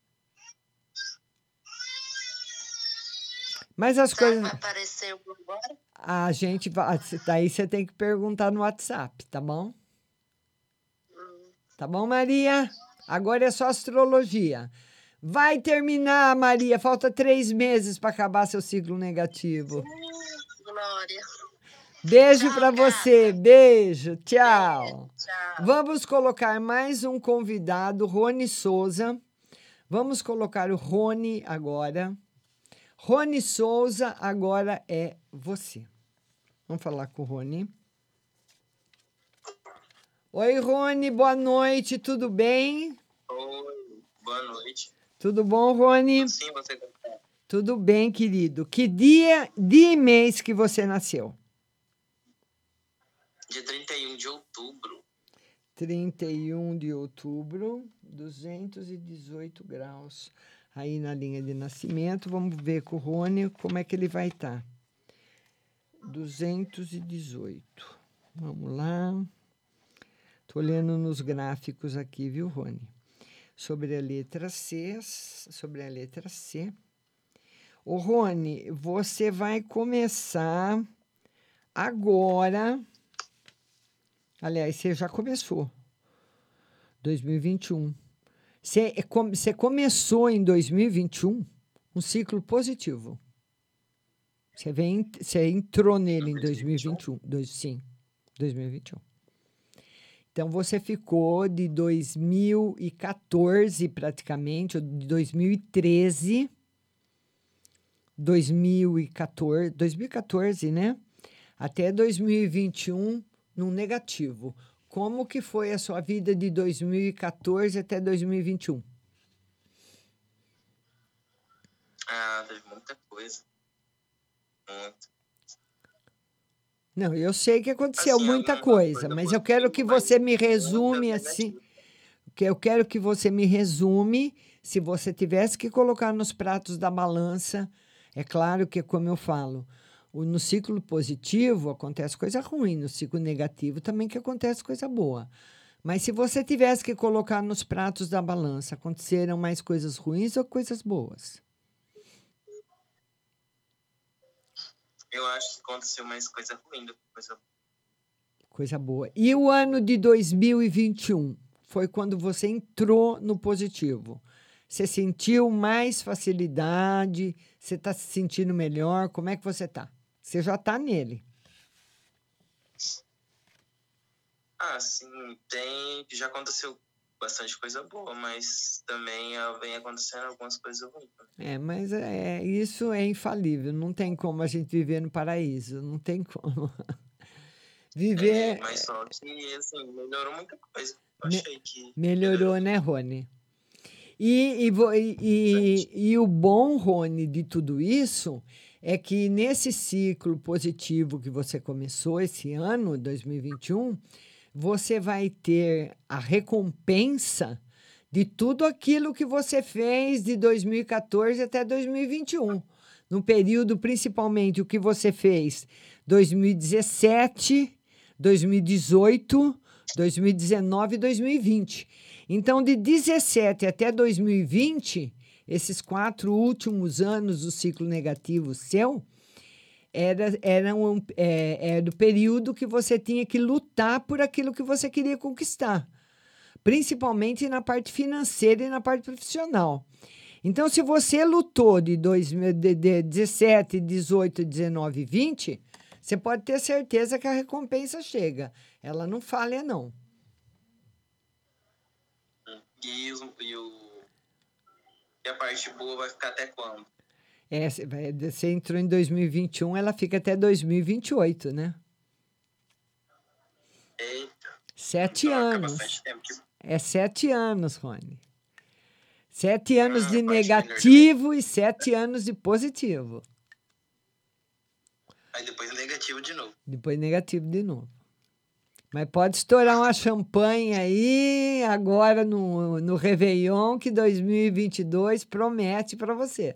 Mas as coisas... Apareceu agora? A gente vai... Daí você tem que perguntar no WhatsApp, tá bom? Tá bom, Maria? Agora é só astrologia. Vai terminar, Maria. Falta 3 meses para acabar seu ciclo negativo. Glória. Beijo para você. Beijo. Tchau. Tchau. Vamos colocar mais um convidado, Rony Souza. Vamos colocar o Rony agora. Rony Souza, agora é você. Vamos falar com o Rony. Oi, Rony, boa noite, tudo bem? Oi, boa noite. Tudo bom, Rony? Sim, você tá bem? Tudo bem, querido. Que dia e mês que você nasceu? Dia 31 de outubro. 31 de outubro, 218 graus. Aí na linha de nascimento, vamos ver com o Rony como é que ele vai estar. 218. Vamos lá. Estou olhando nos gráficos aqui, viu, Rony? Sobre a letra C. Ô, Rony, você vai começar agora. Aliás, você já começou. 2021. Você começou em 2021 um ciclo positivo. Você entrou nele em 2021. Sim, 2021. Então, você ficou de 2014, praticamente, ou de 2013, 2014, né? Até 2021, num negativo. Como que foi a sua vida de 2014 até 2021? Teve muita coisa. Muito. Não, eu sei que aconteceu muita coisa, mas eu quero que você me resume assim. Eu quero que você me resume, se você tivesse que colocar nos pratos da balança. É claro que, como eu falo, no ciclo positivo acontece coisa ruim, no ciclo negativo também que acontece coisa boa. Mas se você tivesse que colocar nos pratos da balança, aconteceram mais coisas ruins ou coisas boas? Eu acho que aconteceu mais coisa ruim do que coisa boa. Coisa boa. E o ano de 2021 foi quando você entrou no positivo. Você sentiu mais facilidade? Você está se sentindo melhor? Como é que você está? Você já está nele. Sim, já aconteceu bastante coisa boa, mas também vem acontecendo algumas coisas ruins. Mas isso é infalível. Não tem como a gente viver no paraíso. Não tem como. Viver... mas só que, assim, melhorou muita coisa. Eu achei que... Melhorou, né, Rony? E o bom, Rony, de tudo isso é que nesse ciclo positivo que você começou esse ano, 2021, você vai ter a recompensa de tudo aquilo que você fez de 2014 até 2021. No período, principalmente, o que você fez 2017, 2018, 2019 e 2020. Então, de 17 até 2020, esses 4 últimos anos do ciclo negativo seu, era o período que você tinha que lutar por aquilo que você queria conquistar, principalmente na parte financeira e na parte profissional. Então, se você lutou de 17, 18, 19 e 20, você pode ter certeza que a recompensa chega. Ela não falha, não. E a parte boa vai ficar até quando? Você entrou em 2021, ela fica até 2028, né? Eita. 7 então, anos. Bastante tempo que... É 7 anos, Rony. 7 anos de negativo e 7 anos de positivo. Aí depois negativo de novo. Depois negativo de novo. Mas pode estourar uma champanhe aí agora no Réveillon, que 2022 promete para você.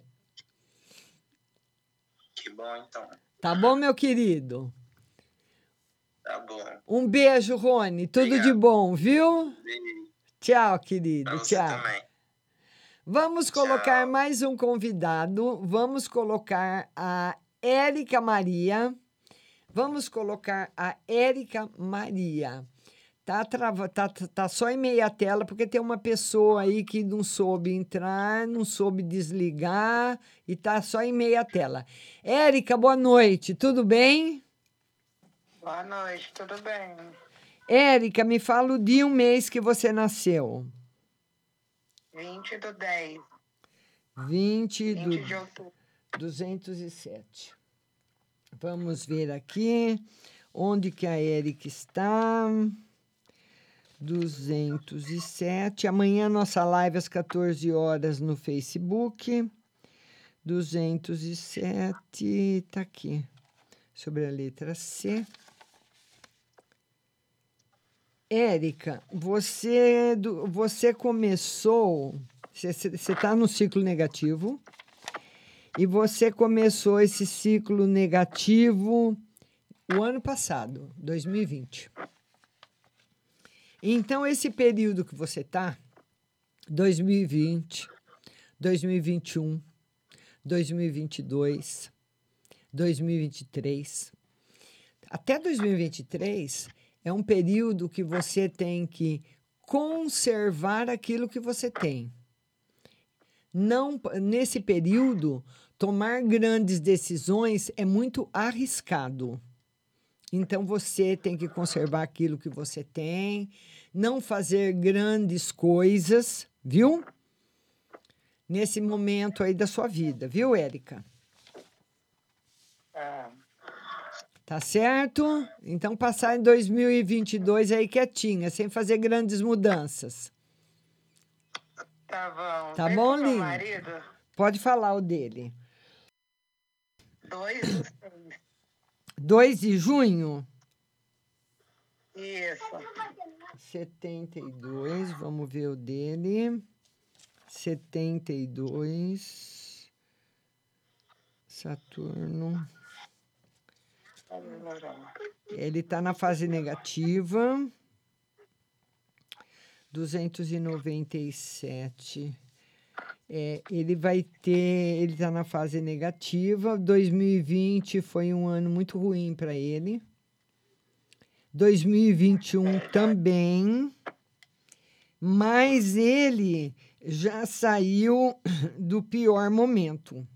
Que bom, então. Tá bom, meu querido? Tá bom. Um beijo, Rony. Tudo Obrigado. de bom, viu? Beijo. Tchau, querido. Pra você Tchau. também. Vamos colocar mais um convidado. Vamos colocar a Érica Maria. Vamos colocar a Érica Maria. Tá só em meia tela, porque tem uma pessoa aí que não soube entrar, não soube desligar e tá só em meia tela. Érica, boa noite. Tudo bem? Boa noite, tudo bem? Érica, me fala o dia e o mês que você nasceu. 20/10. 20 de outubro. 207. Vamos ver aqui onde que a Érica está. 207. Amanhã nossa live às 14 horas no Facebook. 207 está aqui. Sobre a letra C. Érica, você começou... Você está no ciclo negativo. E você começou esse ciclo negativo o ano passado, 2020. Então, esse período que você está, 2020, 2021, 2022, 2023, até 2023 é um período que você tem que conservar aquilo que você tem. Não, nesse período, tomar grandes decisões é muito arriscado. Então, você tem que conservar aquilo que você tem, não fazer grandes coisas, viu? Nesse momento aí da sua vida, viu, Érica? Tá certo? Então, passar em 2022 aí quietinha, sem fazer grandes mudanças. Tá bom. Tá bom, meu lindo? marido? Pode falar o dele. 2/6. 2 de junho? Isso. 72, vamos ver o dele. 72. Saturno. Ele está na fase negativa. 297. Ele vai ter... Ele está na fase negativa. 2020 foi um ano muito ruim para ele. 2021 também. Mas ele já saiu do pior momento.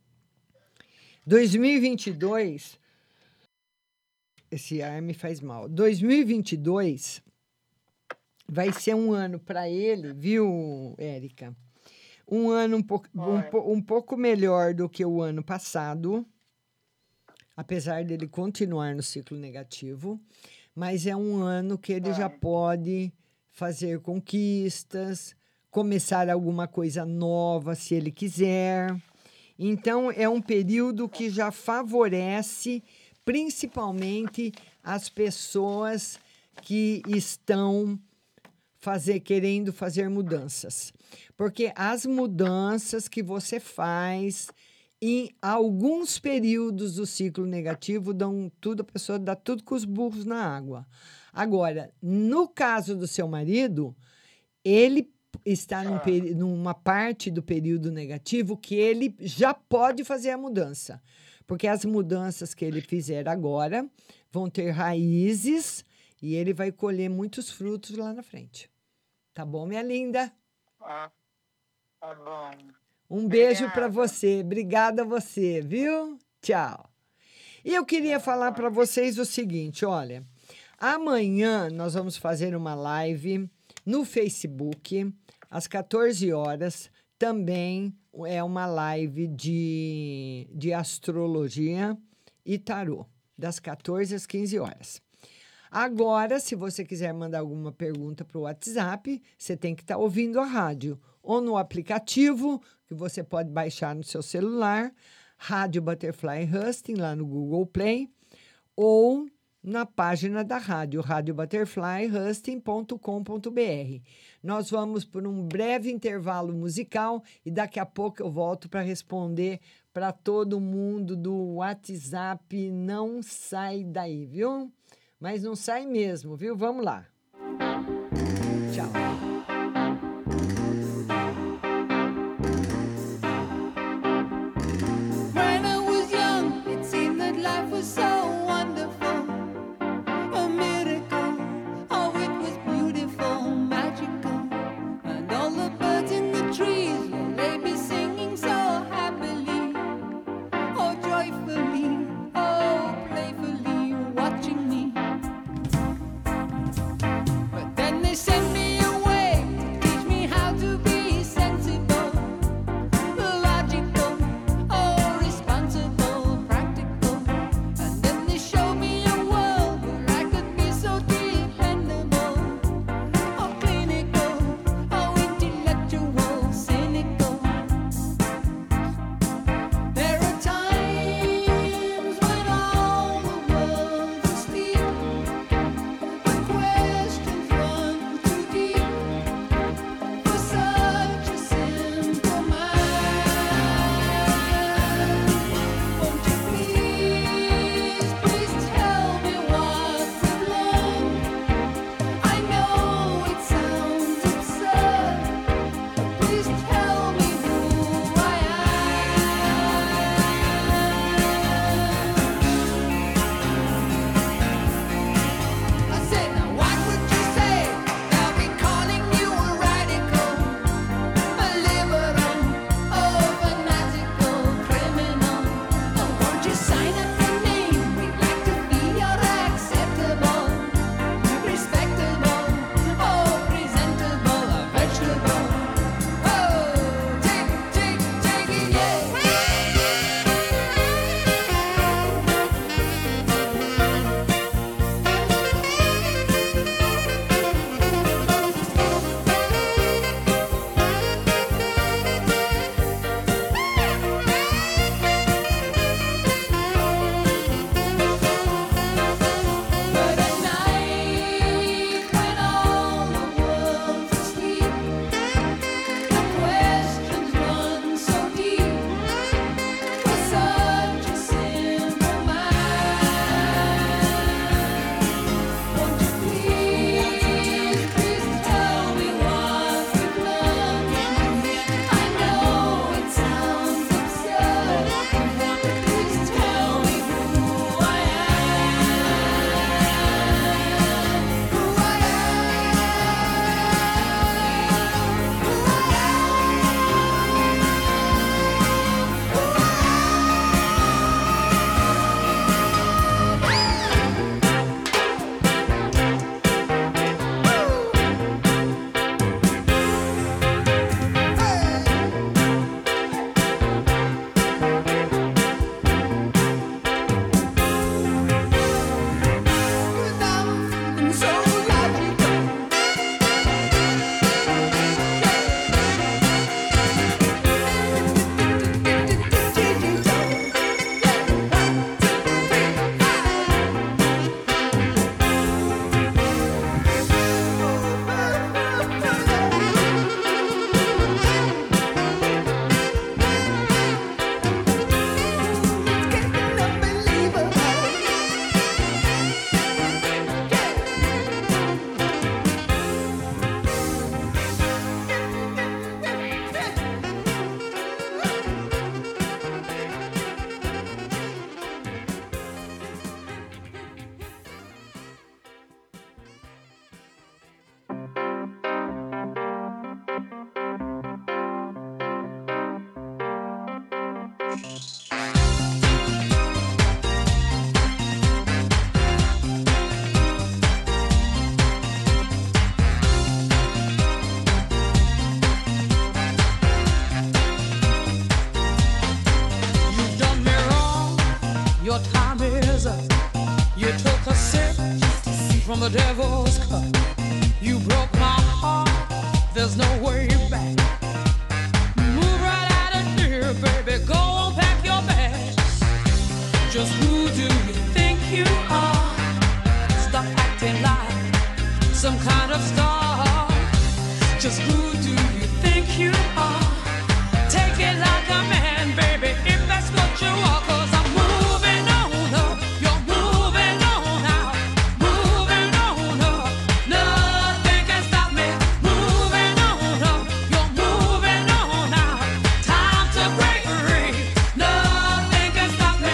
2022... Esse ar me faz mal. 2022 vai ser um ano para ele, viu, Érica? Um ano um pouco melhor do que o ano passado, apesar dele continuar no ciclo negativo, mas é um ano que ele já pode fazer conquistas, começar alguma coisa nova, se ele quiser. Então, é um período que já favorece principalmente as pessoas que estão querendo fazer mudanças. Porque as mudanças que você faz em alguns períodos do ciclo negativo a pessoa dá tudo com os burros na água. Agora, no caso do seu marido, ele está numa parte do período negativo que ele já pode fazer a mudança. porque as mudanças que ele fizer agora vão ter raízes e ele vai colher muitos frutos lá na frente. Tá bom, minha linda? Ah, tá bom. Um beijo para você. Obrigada a você, viu? Tchau. E eu queria falar para vocês o seguinte, olha, amanhã nós vamos fazer uma live no Facebook, às 14 horas, também é uma live de astrologia e tarô, das 14 às 15 horas. Agora, se você quiser mandar alguma pergunta para o WhatsApp, você tem que estar ouvindo a rádio, ou no aplicativo, que você pode baixar no seu celular, Rádio Butterfly Husting, lá no Google Play, ou na página da rádio, radiobutterflyhusting.com.br. Nós vamos por um breve intervalo musical e daqui a pouco eu volto para responder para todo mundo do WhatsApp. Não sai daí, viu? Mas não sai mesmo, viu? Vamos lá. Tchau. When I was young, it seemed that life was so wonderful, a miracle. Oh, it was beautiful, magical, and all the birds in the trees, well, they be singing so happily, oh, joyfully, oh, playfully, watching me. But then they sent me away to teach me how to be sensible, logical, oh, responsible, practical. And then they showed me a world where I could be so dependable, oh, clinical, oh, intellectual, cynical. There are times when all the world's asleep, the questions run too deep for such a simple mind. Won't you please tell me what you've learned? I know it sounds absurd, but please tell me who I am. I said, now what would you say? They'll be calling you a radical, a liberal, oh, fanatical, criminal. Oh, won't you sign up your name? We'd like to be your acceptable, respectable, oh, presentable, a vegetable. Oh, take it, yeah. But at night, when all the world's asleep, the questions run so deep for such a simple mind. Won't you please tell me what you've learned? I know it sounds absurd, but please tell me who I am so logical. It's getting unbelievable. was cut. You broke my heart, there's no way back. Move right out of here, baby, go on, pack your bags. Just who do you think you are? Stop acting like some kind of star. Just who do you think you are? Take it like a man, baby, if that's what you are. 'Cause I'm moving on up, you're moving on out, moving on up. Nothing can stop me. Moving on up, you're moving on out. Time to break free. Nothing can stop me.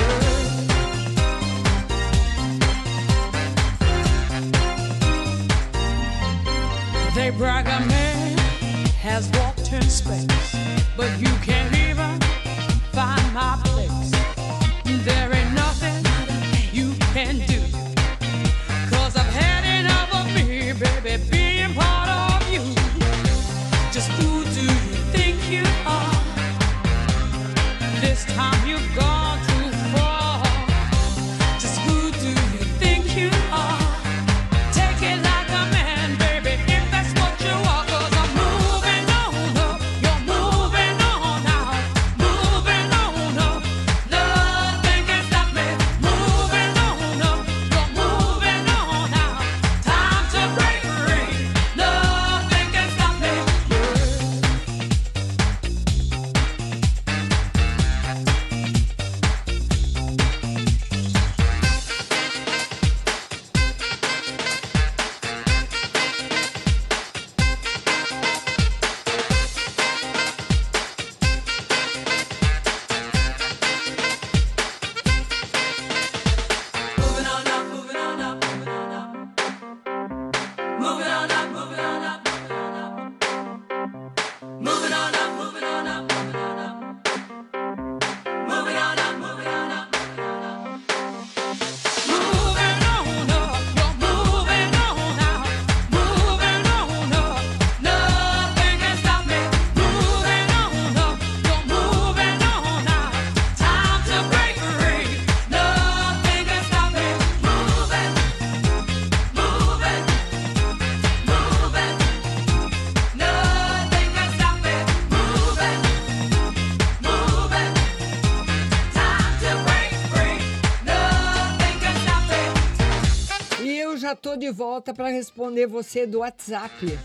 They brag a man has walked in space, but you can't even find my place. There ain't nothing you can do, 'cause I've had enough of me, baby, being part of you. Just who do you think you are? This time you've gone too far. Just who do you think you are? Take it like a man, baby, if that's what you are. 'Cause I'm moving on up, you're moving on out, moving on up. Nothing can stop me. Moving on up, you're moving on out. Time to break free. Nothing can stop me. Moving on up, moving on up, moving on up. Moving on up, moving on up, moving on up. Moving on up, moving on up, moving on up. Moving on up, moving on up. Moving on up, you're moving on out, moving on up. Nothing can stop me. Moving on up, you're moving on out. Time to break free. Nothing can stop me. Moving, moving, moving. Nothing can stop me. Moving, moving. Time to break free. Nothing can stop me. E eu já tô de volta para responder você do WhatsApp.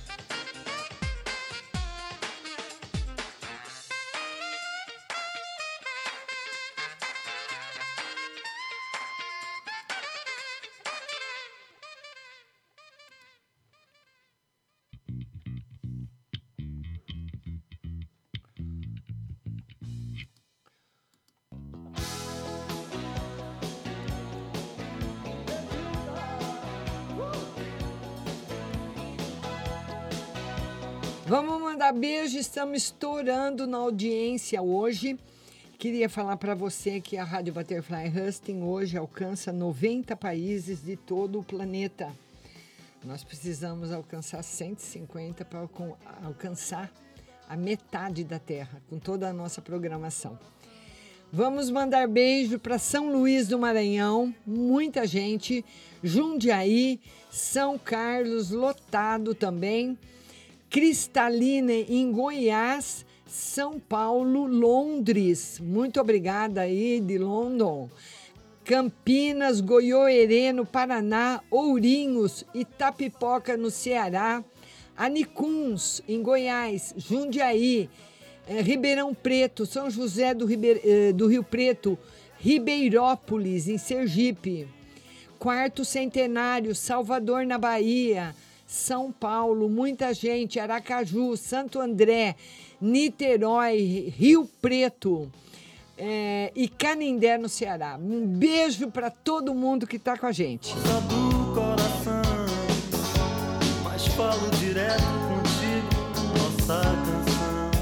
Vamos mandar beijo, estamos estourando na audiência hoje. Queria falar para você que a Rádio Butterfly Husting hoje alcança 90 países de todo o planeta. Nós precisamos alcançar 150 para alcançar a metade da Terra, com toda a nossa programação. Vamos mandar beijo para São Luís do Maranhão, muita gente, Jundiaí, São Carlos, lotado também, Cristalina em Goiás, São Paulo, Londres, muito obrigada aí de London, Campinas, Goiôerê no Paraná, Ourinhos, Itapipoca no Ceará, Anicuns em Goiás, Jundiaí, Ribeirão Preto, São José do Rio Preto, Ribeirópolis em Sergipe, Quarto Centenário, Salvador na Bahia, São Paulo, muita gente, Aracaju, Santo André, Niterói, Rio Preto e Canindé no Ceará. Um beijo para todo mundo que está com a gente. Do coração, mas falo direto contigo, nossa canção.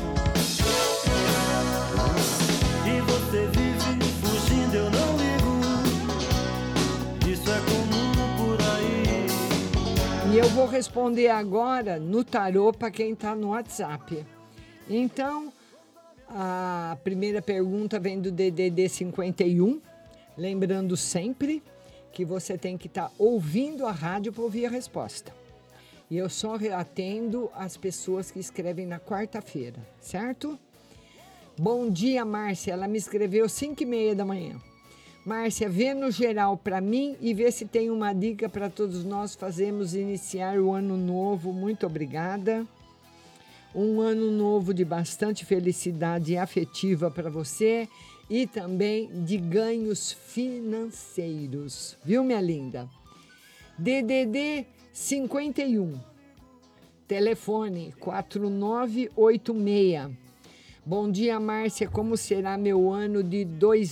E você vive fugindo, eu não ligo. Isso é comum por aí. E eu vou responder agora no tarô para quem está no WhatsApp. Então, a primeira pergunta vem do DDD 51, lembrando sempre que você tem que estar ouvindo a rádio para ouvir a resposta. E eu só atendo as pessoas que escrevem na quarta-feira, certo? Bom dia, Márcia. Ela me escreveu 5h30 da manhã. Márcia, vê no geral para mim e vê se tem uma dica para todos nós fazermos iniciar o ano novo. Muito obrigada. Um ano novo de bastante felicidade afetiva para você e também de ganhos financeiros. Viu, minha linda? DDD 51, telefone 4986. Bom dia, Márcia. Como será meu ano de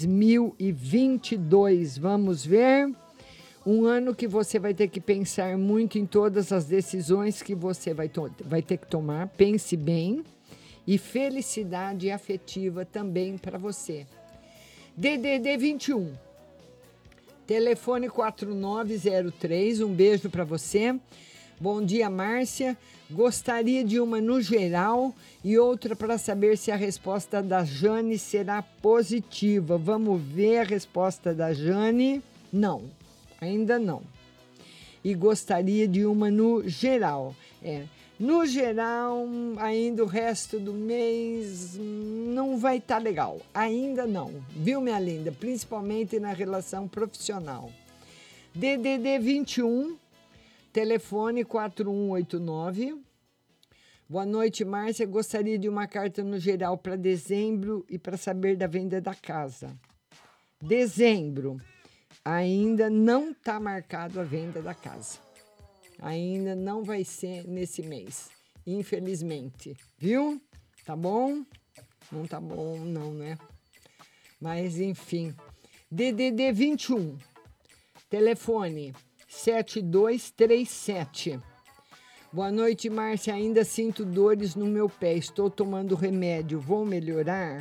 2022? Vamos ver. Um ano que você vai ter que pensar muito em todas as decisões que você vai ter que tomar. Pense bem. E felicidade afetiva também para você. DDD 21, telefone 4903. Um beijo para você. Bom dia, Márcia. Gostaria de uma no geral e outra para saber se a resposta da Jane será positiva. Vamos ver a resposta da Jane. Não, ainda não. E gostaria de uma no geral. No geral, ainda o resto do mês não vai estar legal. Ainda não. Viu, minha linda? Principalmente na relação profissional. DDD 21, telefone 4189. Boa noite, Márcia. Gostaria de uma carta no geral para dezembro e para saber da venda da casa. Dezembro. Ainda não está marcado a venda da casa. Ainda não vai ser nesse mês, infelizmente. Viu? Tá bom? Não tá bom, não, né? Mas, enfim. DDD 21, telefone 7237. Boa noite, Márcia. Ainda sinto dores no meu pé. Estou tomando remédio. Vou melhorar?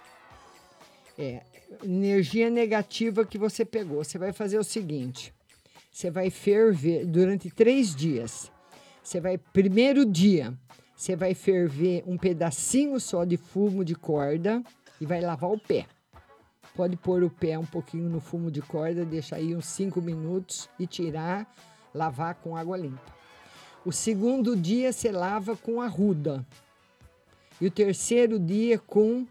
Energia negativa que você pegou. Você vai fazer o seguinte. Você vai ferver durante 3 dias. Primeiro dia, você vai ferver um pedacinho só de fumo de corda e vai lavar o pé. Pode pôr o pé um pouquinho no fumo de corda, deixar aí uns 5 minutos e tirar, lavar com água limpa. O segundo dia, você lava com arruda. E o terceiro dia com...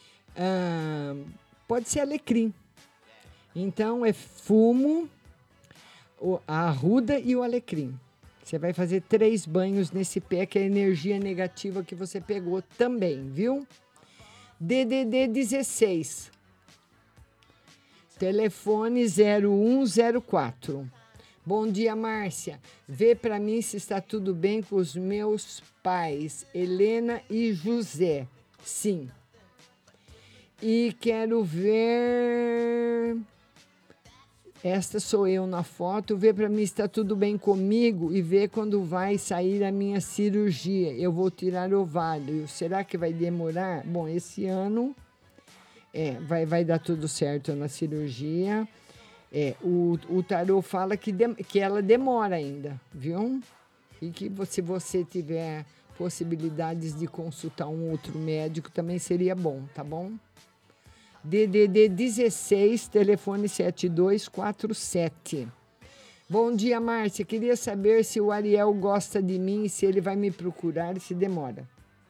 pode ser alecrim. Então, é fumo, a arruda e o alecrim. Você vai fazer 3 banhos nesse pé, que é a energia negativa que você pegou também, viu? DDD 16, telefone 0104. Bom dia, Márcia. Vê para mim se está tudo bem com os meus pais, Helena e José. Sim. E quero ver... Esta sou eu na foto. Vê para mim se está tudo bem comigo e vê quando vai sair a minha cirurgia. Eu vou tirar ovário. Será que vai demorar? Bom, esse ano vai dar tudo certo na cirurgia. O tarô fala que ela demora ainda, viu? E que se você tiver possibilidades de consultar um outro médico também seria bom, tá bom? DDD 16, telefone 7247. Bom dia, Márcia. Queria saber se o Ariel gosta de mim, se ele vai me procurar e se demora.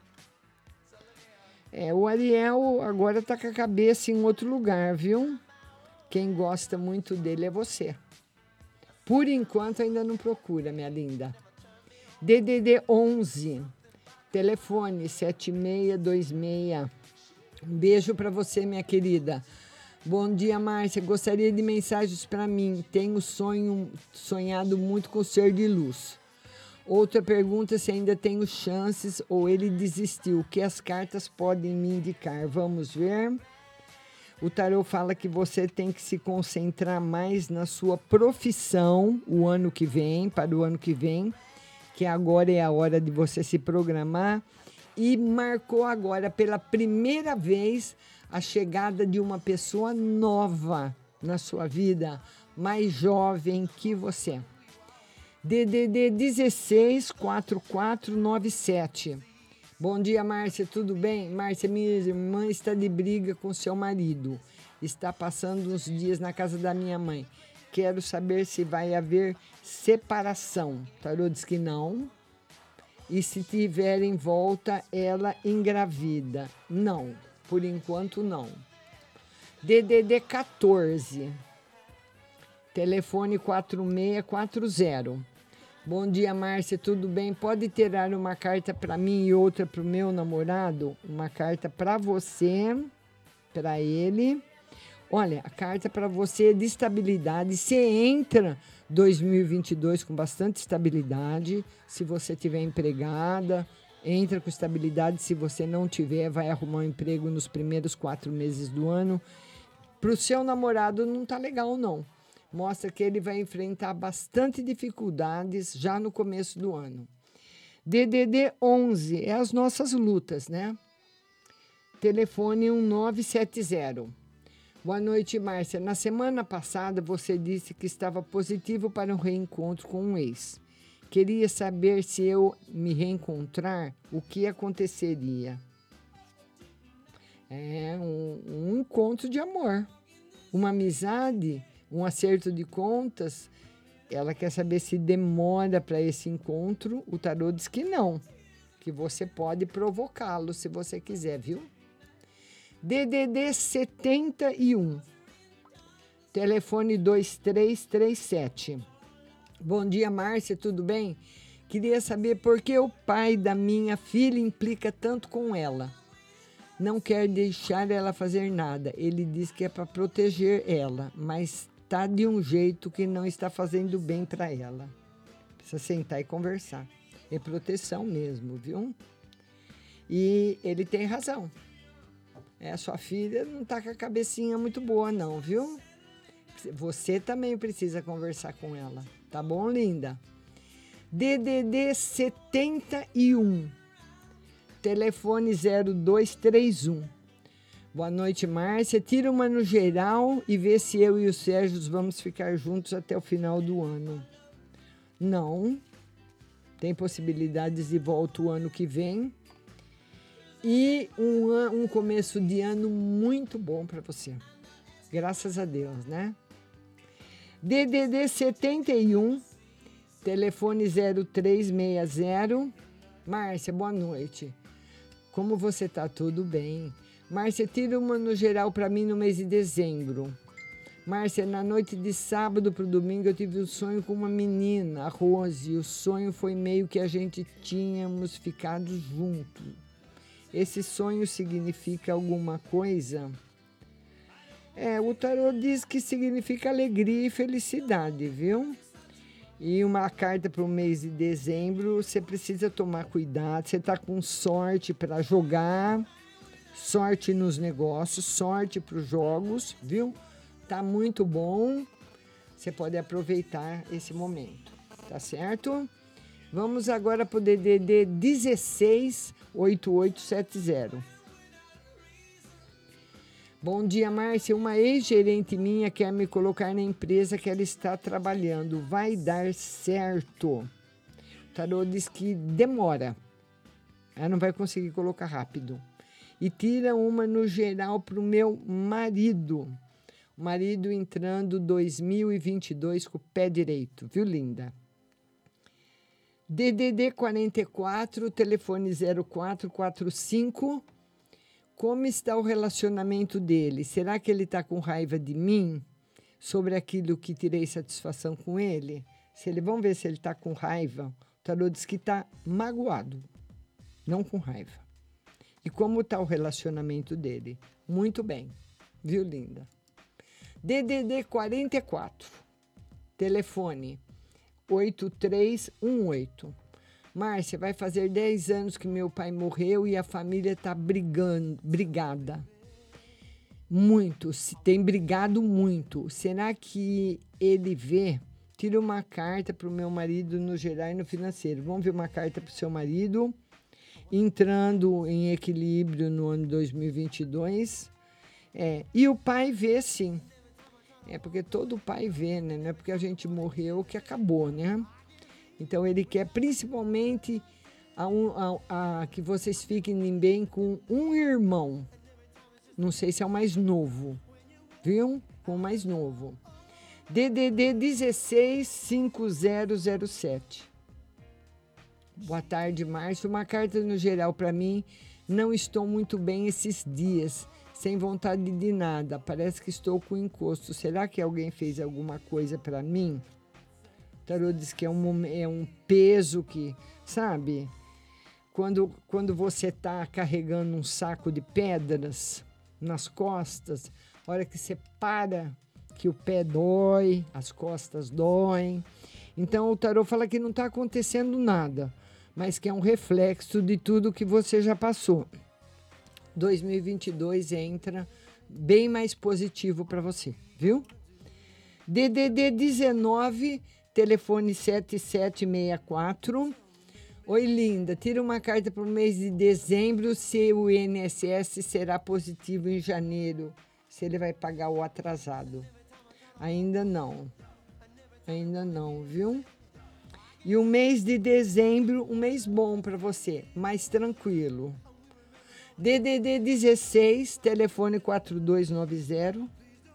O Ariel agora está com a cabeça em outro lugar, viu? Quem gosta muito dele é você. Por enquanto ainda não procura, minha linda. DDD 11, telefone 7626. Um beijo para você, minha querida. Bom dia, Márcia. Gostaria de mensagens para mim. Tenho sonhado muito com o ser de luz. Outra pergunta, se ainda tenho chances ou ele desistiu. O que as cartas podem me indicar? Vamos ver. O tarô fala que você tem que se concentrar mais na sua profissão para o ano que vem, que agora é a hora de você se programar. E marcou agora pela primeira vez a chegada de uma pessoa nova na sua vida, mais jovem que você. DDD 16 4497. Bom dia, Márcia, tudo bem? Márcia, minha irmã está de briga com seu marido. Está passando uns dias na casa da minha mãe. quero saber se vai haver separação. O tarô diz que não. E se tiver em volta, ela engravida. Não, por enquanto não. DDD 14, telefone 4640. Bom dia, Márcia, tudo bem? Pode tirar uma carta para mim e outra para o meu namorado? Uma carta para você, para ele. Olha, a carta para você é de estabilidade. Você entra 2022 com bastante estabilidade. Se você tiver empregada, entra com estabilidade. Se você não tiver, vai arrumar um emprego nos primeiros 4 meses do ano. Para o seu namorado não tá legal, não. Mostra que ele vai enfrentar bastante dificuldades já no começo do ano. DDD 11 é as nossas lutas, né? Telefone 1970. Boa noite, Márcia. Na semana passada, você disse que estava positivo para um reencontro com um ex. Queria saber se eu me reencontrar, o que aconteceria? É um encontro de amor, uma amizade, um acerto de contas. Ela quer saber se demora para esse encontro. O tarô diz que não, que você pode provocá-lo se você quiser, viu? DDD 71, telefone 2337. Bom dia, Márcia, tudo bem? Queria saber por que o pai da minha filha implica tanto com ela. Não quer deixar ela fazer nada. Ele diz que é para proteger ela, mas está de um jeito que não está fazendo bem para ela. Precisa sentar e conversar. É proteção mesmo, viu? E ele tem razão. A sua filha não está com a cabecinha muito boa, não, viu? Você também precisa conversar com ela. Tá bom, linda? DDD 71, telefone 0231. Boa noite, Márcia. Tira uma no geral e vê se eu e o Sérgio vamos ficar juntos até o final do ano. Não. Tem possibilidades de volta o ano que vem. E um começo de ano muito bom para você. Graças a Deus, né? DDD 71, telefone 0360. Márcia, boa noite. Como você tá? Tudo bem. Márcia, tira uma no geral para mim no mês de dezembro. Márcia, na noite de sábado para o domingo eu tive um sonho com uma menina, a Rose. E o sonho foi meio que a gente tínhamos ficado juntos. Esse sonho significa alguma coisa? O tarô diz que significa alegria e felicidade, viu? E uma carta para o mês de dezembro, você precisa tomar cuidado. Você está com sorte para jogar, sorte nos negócios, sorte para os jogos, viu? Tá muito bom. Você pode aproveitar esse momento, tá certo? Vamos agora para o DDD 168870. Bom dia, Márcia. Uma ex-gerente minha quer me colocar na empresa que ela está trabalhando. Vai dar certo. O tarô diz que demora. Ela não vai conseguir colocar rápido. E tira uma no geral para o meu marido. O marido entrando 2022 com o pé direito. Viu, linda? DDD 44, telefone 0445. Como está o relacionamento dele? Será que ele está com raiva de mim sobre aquilo que tirei satisfação com ele? Vamos ver se ele está com raiva. O tarô diz que está magoado, não com raiva. E como está o relacionamento dele? Muito bem, viu, linda? DDD 44, telefone 8318. Márcia, vai fazer 10 anos que meu pai morreu e a família está brigada. Muito, tem brigado muito. Será que ele vê? Tira uma carta para o meu marido no geral e no financeiro. Vamos ver uma carta para o seu marido, entrando em equilíbrio no ano 2022. E o pai vê, sim. Porque todo pai vê, né? Não é porque a gente morreu que acabou, né? Então, ele quer principalmente que vocês fiquem bem com um irmão. Não sei se é o mais novo, viu? Com o mais novo. DDD 165007. Boa tarde, Márcio. Uma carta no geral para mim. Não estou muito bem esses dias, sem vontade de nada. Parece que estou com encosto. Será que alguém fez alguma coisa para mim? O tarô diz que é um peso que, sabe? Quando você está carregando um saco de pedras nas costas, a hora que você para, que o pé dói, as costas doem. Então, o tarô fala que não está acontecendo nada, mas que é um reflexo de tudo que você já passou. 2022 entra bem mais positivo para você, viu? DDD 19, telefone 7764. Oi, linda. Tira uma carta para o mês de dezembro, se o INSS será positivo em janeiro, se ele vai pagar o atrasado. Ainda não, viu? E o mês de dezembro, um mês bom para você, mais tranquilo. DDD 16, telefone 4290.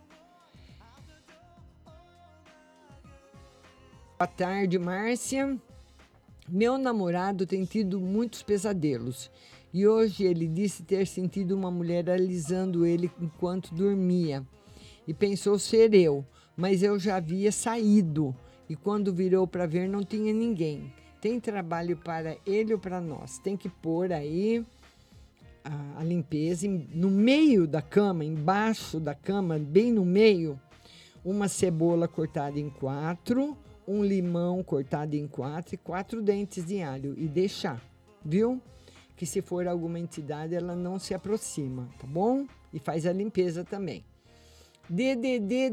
Boa tarde, Márcia. Meu namorado tem tido muitos pesadelos e hoje ele disse ter sentido uma mulher alisando ele enquanto dormia e pensou ser eu, mas eu já havia saído e quando virou para ver não tinha ninguém. Tem trabalho para ele ou para nós? Tem que pôr aí a limpeza no meio da cama, embaixo da cama, bem no meio, uma cebola cortada em 4, um limão cortado em 4 e 4 dentes de alho e deixar, viu? Que se for alguma entidade, ela não se aproxima, tá bom? E faz a limpeza também. DDD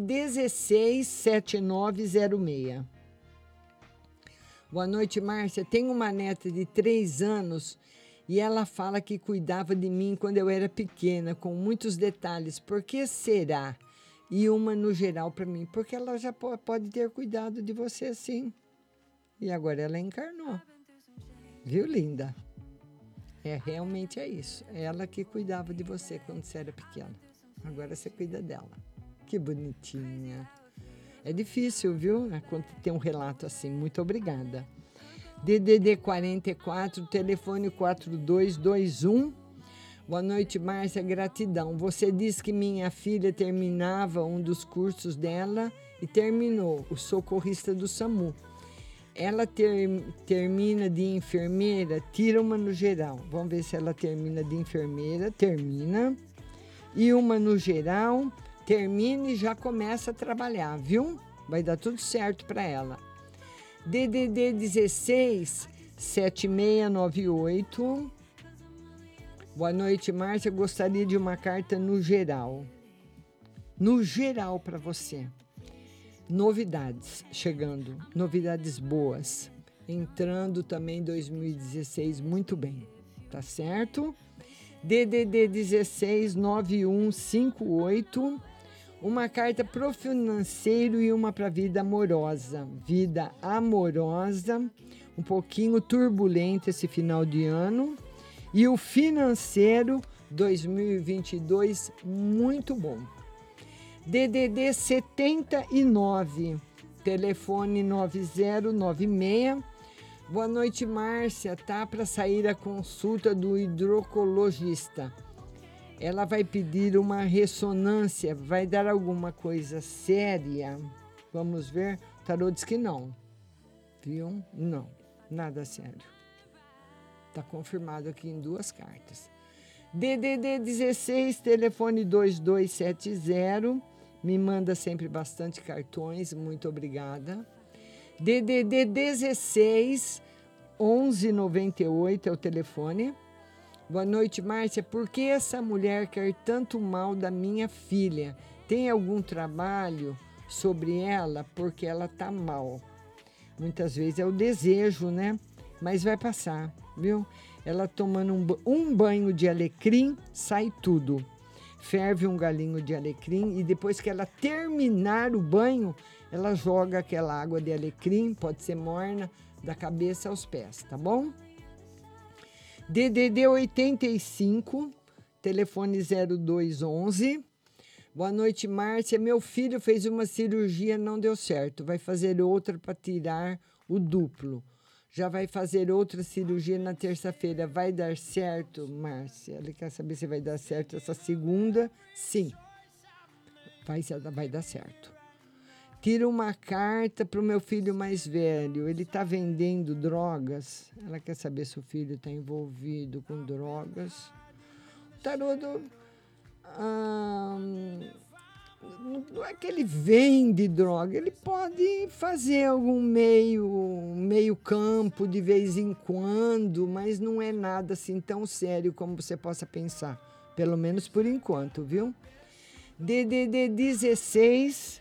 167906. Boa noite, Márcia. Tenho uma neta de 3 anos e ela fala que cuidava de mim quando eu era pequena, com muitos detalhes. Por que será? E uma no geral para mim, porque ela já pode ter cuidado de você, sim. E agora ela encarnou. Viu, linda? Realmente é isso. Ela que cuidava de você quando você era pequena. Agora você cuida dela. Que bonitinha. É difícil, viu? Quando tem um relato assim. Muito obrigada. DDD 44, telefone 4221. Boa noite, Márcia. Gratidão. Você disse que minha filha terminava um dos cursos dela e terminou, o socorrista do SAMU. Ela termina de enfermeira, tira uma no geral. Vamos ver se ela termina de enfermeira. Termina. E uma no geral, termina e já começa a trabalhar, viu? Vai dar tudo certo para ela. DDD 16 7698. Boa noite, Márcia. Gostaria de uma carta no geral. No geral para você. Novidades chegando, novidades boas. Entrando também 2016 muito bem, tá certo? DDD 16 9158. Uma carta pro financeiro e uma para vida amorosa. Vida amorosa, um pouquinho turbulenta esse final de ano. E o financeiro 2022 muito bom. DDD 79, telefone 9096. Boa noite, Márcia. Tá para sair a consulta do hidrocologista. Ela vai pedir uma ressonância, vai dar alguma coisa séria? Vamos ver. O tarô diz que não. Viu? Não, nada sério. Está confirmado aqui em 2 cartas. DDD 16, telefone 2270. Me manda sempre bastante cartões, muito obrigada. DDD 16, 1198 é o telefone. Boa noite, Márcia. Por que essa mulher quer tanto mal da minha filha? Tem algum trabalho sobre ela? Porque ela está mal. Muitas vezes é o desejo, né? Mas vai passar, viu? Ela tomando um banho de alecrim, sai tudo. Ferve um galinho de alecrim e depois que ela terminar o banho, ela joga aquela água de alecrim, pode ser morna, da cabeça aos pés, tá bom? DDD 85, telefone 0211. Boa noite, Márcia. Meu filho fez uma cirurgia, não deu certo. Vai fazer outra para tirar o duplo. Já vai fazer outra cirurgia na terça-feira. Vai dar certo, Márcia? Ele quer saber se vai dar certo essa segunda. Sim, vai dar certo. Tira uma carta para o meu filho mais velho. Ele está vendendo drogas. Ela quer saber se o filho está envolvido com drogas. O tarô não é que ele vende droga. Ele pode fazer algum meio campo de vez em quando, mas não é nada assim tão sério como você possa pensar. Pelo menos por enquanto, viu? DDD 16...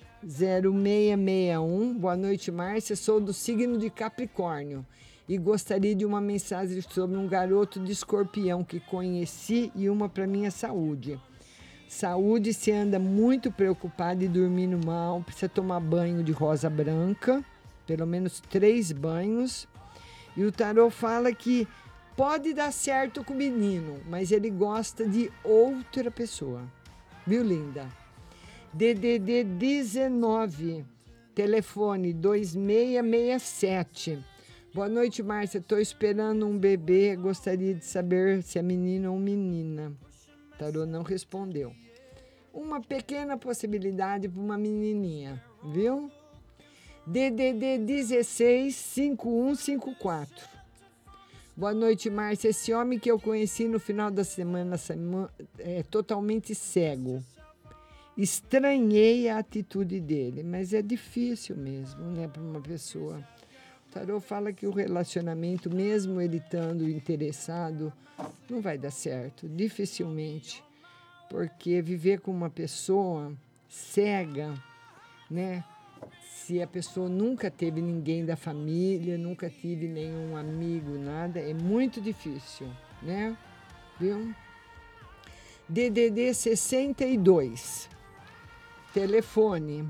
0661. Boa noite, Márcia. Sou do signo de Capricórnio e gostaria de uma mensagem sobre um garoto de Escorpião que conheci e uma para minha saúde. Saúde, se anda muito preocupado e dormindo mal, precisa tomar banho de rosa branca, pelo menos 3 banhos. E o tarô fala que pode dar certo com o menino, mas ele gosta de outra pessoa. Viu, linda? DDD 19, telefone 2667. Boa noite, Márcia. Estou esperando um bebê. Gostaria de saber se é menino ou menina. O tarô não respondeu. Uma pequena possibilidade para uma menininha, viu? DDD 16 5154. Boa noite, Márcia. Esse homem que eu conheci no final da semana é totalmente cego. Estranhei a atitude dele, mas é difícil mesmo, né, para uma pessoa. O tarô fala que o relacionamento, mesmo ele estando interessado, não vai dar certo, dificilmente, porque viver com uma pessoa cega, né, se a pessoa nunca teve ninguém da família, nunca teve nenhum amigo, nada, é muito difícil, né, viu? DDD 62. Telefone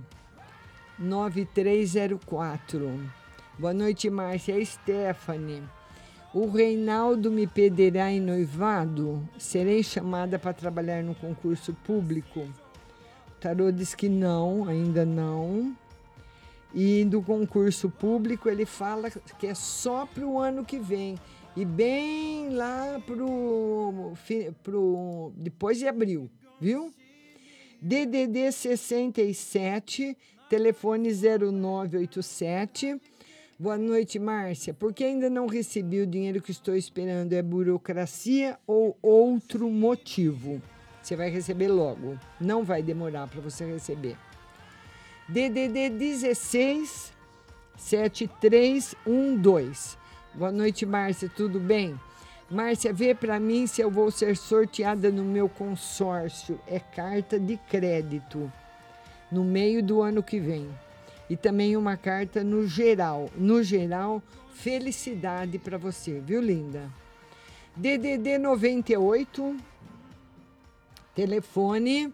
9304. Boa noite, Márcia. É Stephanie. O Reinaldo me pedirá em noivado? Serei chamada para trabalhar no concurso público? O tarô diz que não, ainda não. E do concurso público ele fala que é só para o ano que vem. E bem lá pro depois de abril, viu? DDD 67, telefone 0987. Boa noite, Márcia. Por que ainda não recebi o dinheiro que estou esperando? É burocracia ou outro motivo? Você vai receber logo. Não vai demorar para você receber. DDD 16 7312. Boa noite, Márcia. Tudo bem? Márcia, vê para mim se eu vou ser sorteada no meu consórcio. É carta de crédito no meio do ano que vem. E também uma carta no geral. No geral, felicidade para você, viu, linda? DDD 98, telefone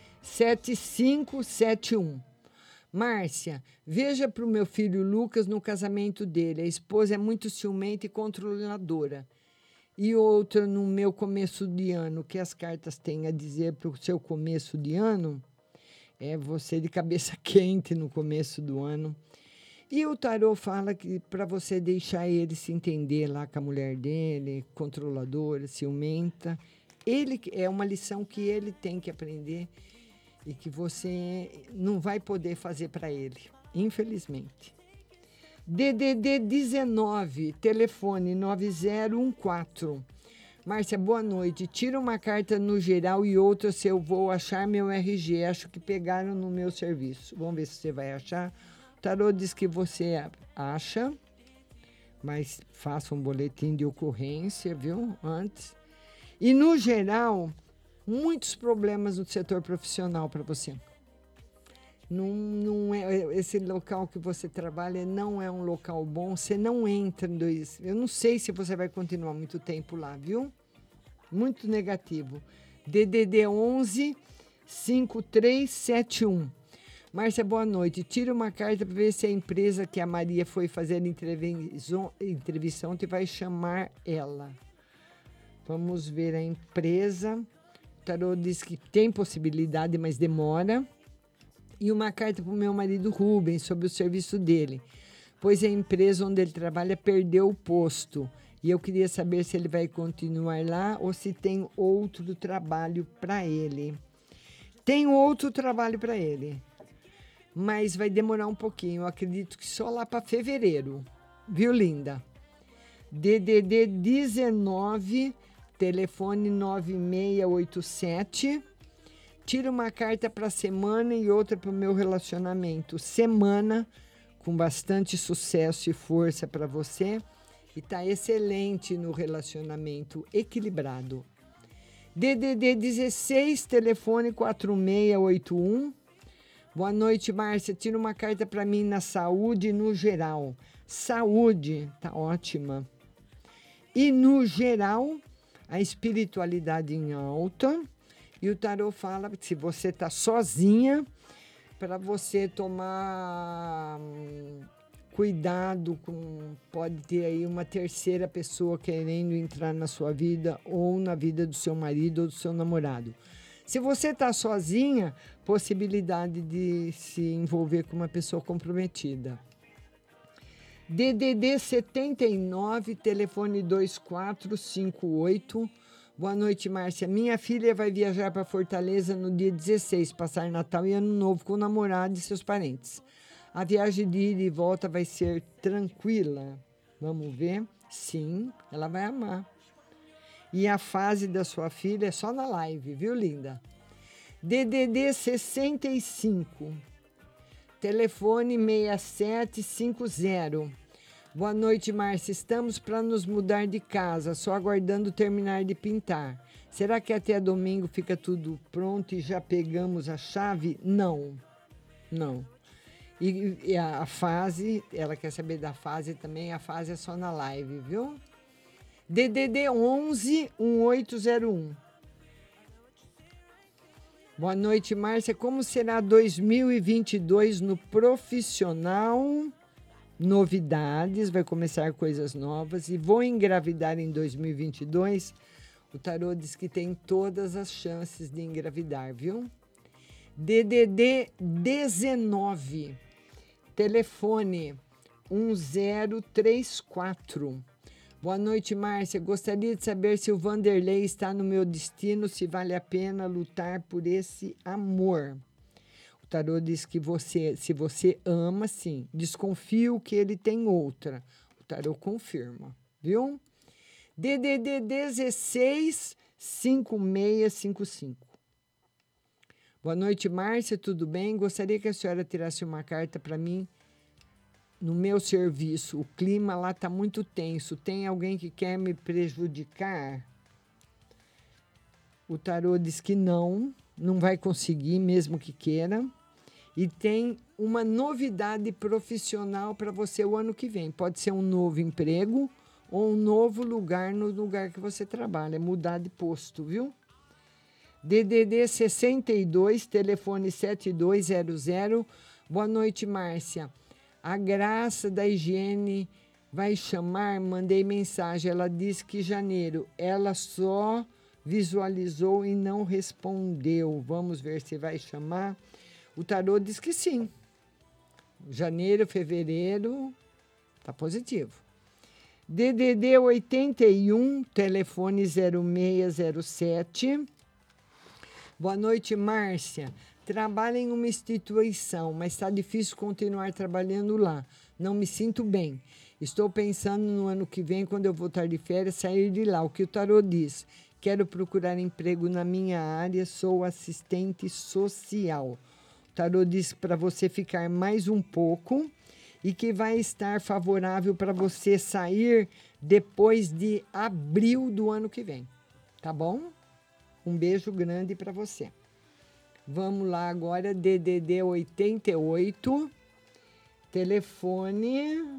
7571. Márcia, veja para o meu filho Lucas no casamento dele. A esposa é muito ciumenta e controladora. E outra no meu começo de ano, que as cartas têm a dizer para o seu começo de ano, é você de cabeça quente no começo do ano. E o tarô fala que para você deixar ele se entender lá com a mulher dele, controladora, ciumenta, ele é uma lição que ele tem que aprender e que você não vai poder fazer para ele, infelizmente. DDD 19, telefone 9014. Márcia, boa noite. Tira uma carta no geral e outra se eu vou achar meu RG. Acho que pegaram no meu serviço. Vamos ver se você vai achar. O tarô diz que você acha, mas faça um boletim de ocorrência, viu? Antes. E no geral, muitos problemas no setor profissional para você. Não é, esse local que você trabalha não é um local bom, você não entra em dois. Eu não sei se você vai continuar muito tempo lá, viu? Muito negativo. DDD 11 5371. Márcia, boa noite. Tira uma carta para ver se a empresa que a Maria foi fazer entrevista ontem vai chamar ela. Vamos ver a empresa. tarô diz que tem possibilidade, mas demora. E uma carta para o meu marido Rubens sobre o serviço dele, pois a empresa onde ele trabalha perdeu o posto. E eu queria saber se ele vai continuar lá ou se tem outro trabalho para ele. Tem outro trabalho para ele, mas vai demorar um pouquinho. Eu acredito que só lá para fevereiro. Viu, linda? DDD 19, telefone 9687. Tira uma carta para a semana e outra para o meu relacionamento. Semana com bastante sucesso e força para você. E está excelente no relacionamento, equilibrado. DDD 16, telefone 4681. Boa noite, Márcia. Tira uma carta para mim na saúde no geral. Saúde, tá ótima. E no geral, a espiritualidade em alta. E o tarô fala que se você está sozinha, para você tomar cuidado, pode ter aí uma terceira pessoa querendo entrar na sua vida ou na vida do seu marido ou do seu namorado. Se você está sozinha, possibilidade de se envolver com uma pessoa comprometida. DDD 79, telefone 2458. Boa noite, Márcia. Minha filha vai viajar para Fortaleza no dia 16, passar Natal e Ano Novo com o namorado e seus parentes. A viagem de ida e volta vai ser tranquila. Vamos ver? Sim, ela vai amar. E a fase da sua filha é só na live, viu, linda? DDD 65, telefone 6750. Boa noite, Márcia. Estamos para nos mudar de casa, só aguardando terminar de pintar. Será que até domingo fica tudo pronto e já pegamos a chave? Não. E a fase, ela quer saber da fase também, a fase é só na live, viu? DDD 11 1801. Boa noite, Márcia. Como será 2022 no profissional? Novidades, vai começar coisas novas e vou engravidar em 2022. O tarô diz que tem todas as chances de engravidar, viu? DDD 19, telefone 1034. Boa noite, Márcia. Gostaria de saber se o Vanderlei está no meu destino, se vale a pena lutar por esse amor. O tarô diz que se você ama, sim. Desconfio que ele tem outra. O tarô confirma, viu? DDD 16 5655. Boa noite, Márcia. Tudo bem? Gostaria que a senhora tirasse uma carta para mim no meu serviço. O clima lá está muito tenso. Tem alguém que quer me prejudicar? O tarô diz que não vai conseguir, mesmo que queira. E tem uma novidade profissional para você o ano que vem. Pode ser um novo emprego ou um novo lugar no lugar que você trabalha. Mudar de posto, viu? DDD 62, telefone 7200. Boa noite, Márcia. A Graça da Higiene vai chamar, mandei mensagem. Ela disse que janeiro. Ela só visualizou e não respondeu. Vamos ver se vai chamar. O tarô diz que sim. Janeiro, fevereiro, tá positivo. DDD 81, telefone 0607. Boa noite, Márcia. Trabalho em uma instituição, mas está difícil continuar trabalhando lá. Não me sinto bem. Estou pensando no ano que vem, quando eu voltar de férias, sair de lá. O que o tarô diz? Quero procurar emprego na minha área, sou assistente social. O tarô diz para você ficar mais um pouco e que vai estar favorável para você sair depois de abril do ano que vem. Tá bom? Um beijo grande para você. Vamos lá agora, DDD 88, telefone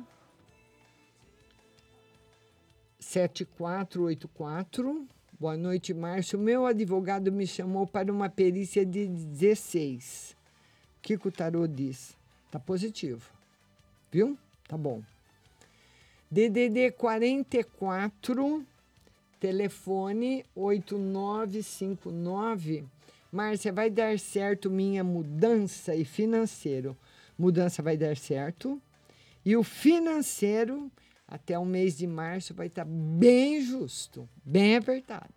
7484. Boa noite, Márcio. O meu advogado me chamou para uma perícia de 16. O que o tarô diz? Tá positivo. Viu? Tá bom. DDD 44, telefone 8959. Márcia, vai dar certo minha mudança e financeiro. Mudança vai dar certo. E o financeiro, até o mês de março, vai estar bem justo, bem apertado.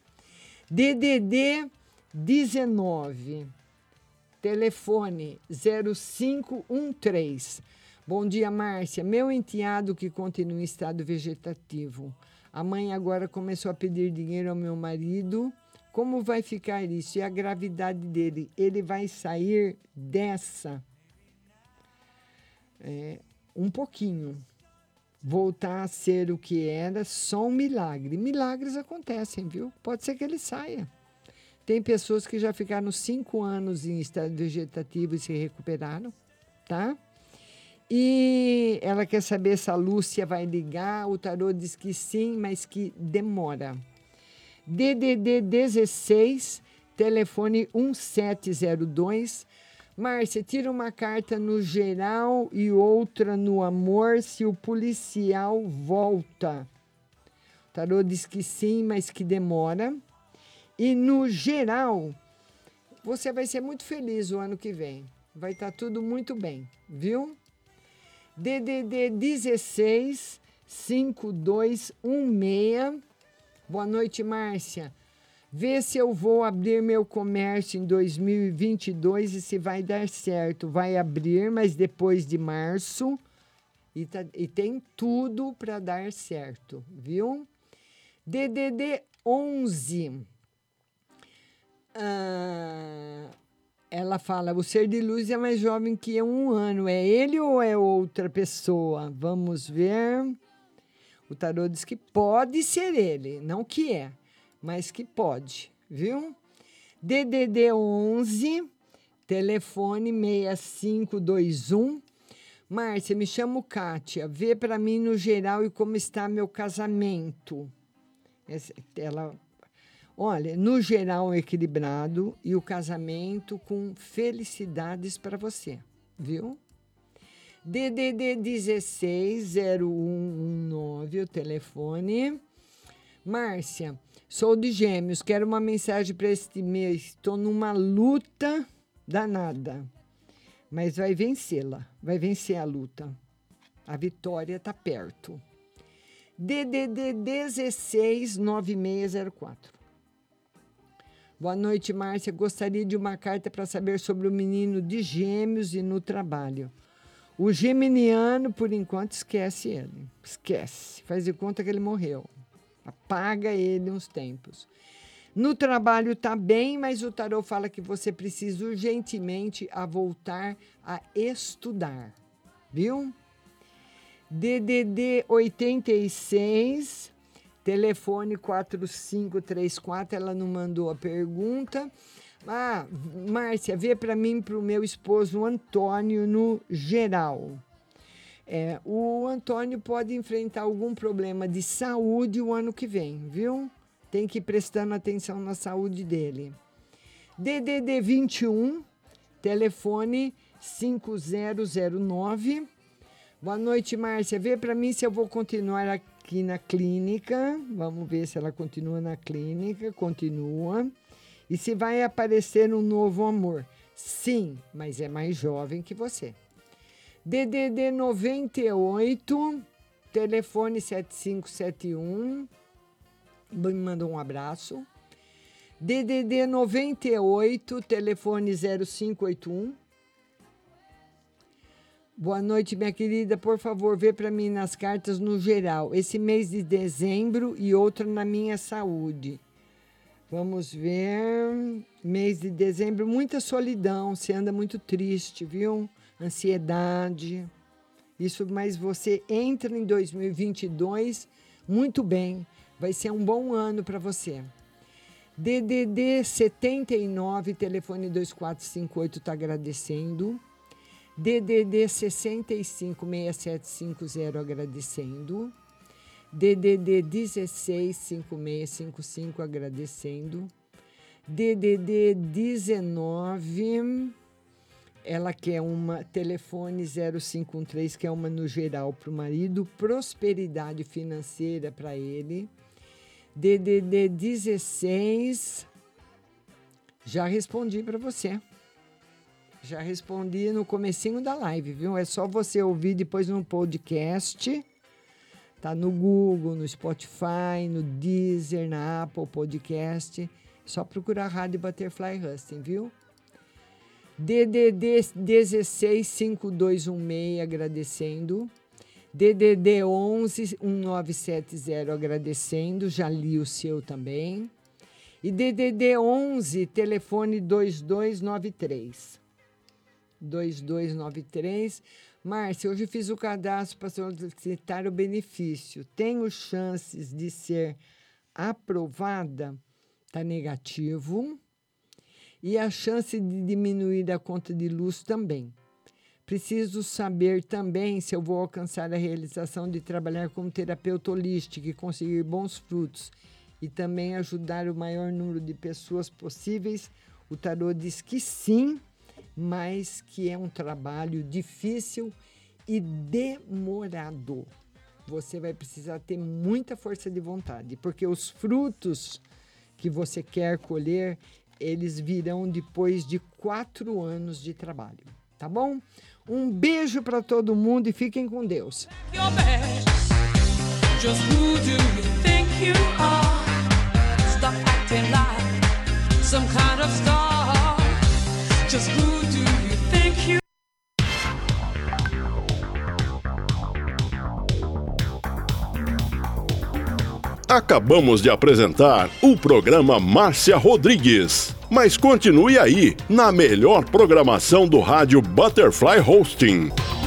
DDD 19, telefone 0513. Bom dia, Márcia. Meu enteado que continua em estado vegetativo. A mãe agora começou a pedir dinheiro ao meu marido. Como vai ficar isso? E a gravidade dele? Ele vai sair dessa um pouquinho. Voltar a ser o que era, só um milagre. Milagres acontecem, viu? Pode ser que ele saia. Tem pessoas que já ficaram 5 anos em estado vegetativo e se recuperaram, tá? E ela quer saber se a Lúcia vai ligar. O tarô diz que sim, mas que demora. DDD 16, telefone 1702. Márcia, tira uma carta no geral e outra no amor se o policial volta. O tarô diz que sim, mas que demora. E no geral, você vai ser muito feliz o ano que vem. Vai estar tudo muito bem, viu? DDD 16 5216. Boa noite, Márcia. Vê se eu vou abrir meu comércio em 2022 e se vai dar certo. Vai abrir, mas depois de março. E tem tudo para dar certo, viu? DDD 11. Ela fala, o ser de luz é mais jovem que eu 1 ano. É ele ou é outra pessoa? Vamos ver. O tarô diz que pode ser ele, não que é, mas que pode, viu? DDD 11, telefone 6521. Márcia, me chamo Kátia. Vê para mim no geral e como está meu casamento. Olha, no geral equilibrado e o casamento com felicidades para você, viu? DDD 16 0119, o telefone. Márcia, sou de Gêmeos, quero uma mensagem para este mês. Estou numa luta danada, mas vai vencê-la, vai vencer a luta. A vitória está perto. DDD 16 9604. Boa noite, Márcia. Gostaria de uma carta para saber sobre o menino de Gêmeos e no trabalho. O geminiano, por enquanto, esquece ele. Esquece. Faz de conta que ele morreu. Apaga ele uns tempos. No trabalho está bem, mas o tarô fala que você precisa urgentemente a voltar a estudar. Viu? DDD 86... telefone 4534, ela não mandou a pergunta. Márcia, vê para mim, para o meu esposo Antônio, no geral. O Antônio pode enfrentar algum problema de saúde o ano que vem, viu? Tem que ir prestando atenção na saúde dele. DDD 21, telefone 5009. Boa noite, Márcia. Vê para mim se eu vou continuar aqui na clínica. Vamos ver se ela continua na clínica. Continua. E se vai aparecer um novo amor. Sim, mas é mais jovem que você. DDD 98, telefone 7571. Me mandou um abraço. DDD 98, telefone 0581. Boa noite, minha querida. Por favor, vê para mim nas cartas no geral. Esse mês de dezembro e outra na minha saúde. Vamos ver. Mês de dezembro, muita solidão. Você anda muito triste, viu? Ansiedade. Isso, mas você entra em 2022 muito bem. Vai ser um bom ano para você. DDD 79, telefone 2458, está agradecendo. DDD 656750 agradecendo. DDD 165655 agradecendo. DDD 19, ela quer uma telefone 0513, que é uma no geral para o marido, prosperidade financeira para ele. DDD 16, já respondi para você. Já respondi no comecinho da live, viu? É só você ouvir depois no podcast. Tá no Google, no Spotify, no Deezer, na Apple Podcast. Só procurar a Rádio Butterfly Husting, viu? DDD 16 5216, agradecendo. DDD 11 1970, agradecendo. Já li o seu também. E DDD 11, telefone 2293. 2293. Márcia, hoje fiz o cadastro para solicitar o benefício. Tenho chances de ser aprovada? Está negativo. E a chance de diminuir a conta de luz também. Preciso saber também se eu vou alcançar a realização de trabalhar como terapeuta holística e conseguir bons frutos e também ajudar o maior número de pessoas possíveis. O tarô diz que sim, mas que é um trabalho difícil e demorado. Você vai precisar ter muita força de vontade, porque os frutos que você quer colher, eles virão depois de 4 anos de trabalho, tá bom? Um beijo para todo mundo e fiquem com Deus. Just who do you think you are? Stop acting like some kind of star. Just who do you think you Acabamos de apresentar o programa Márcia Rodrigues. Mas continue aí, na melhor programação do rádio Butterfly Hosting.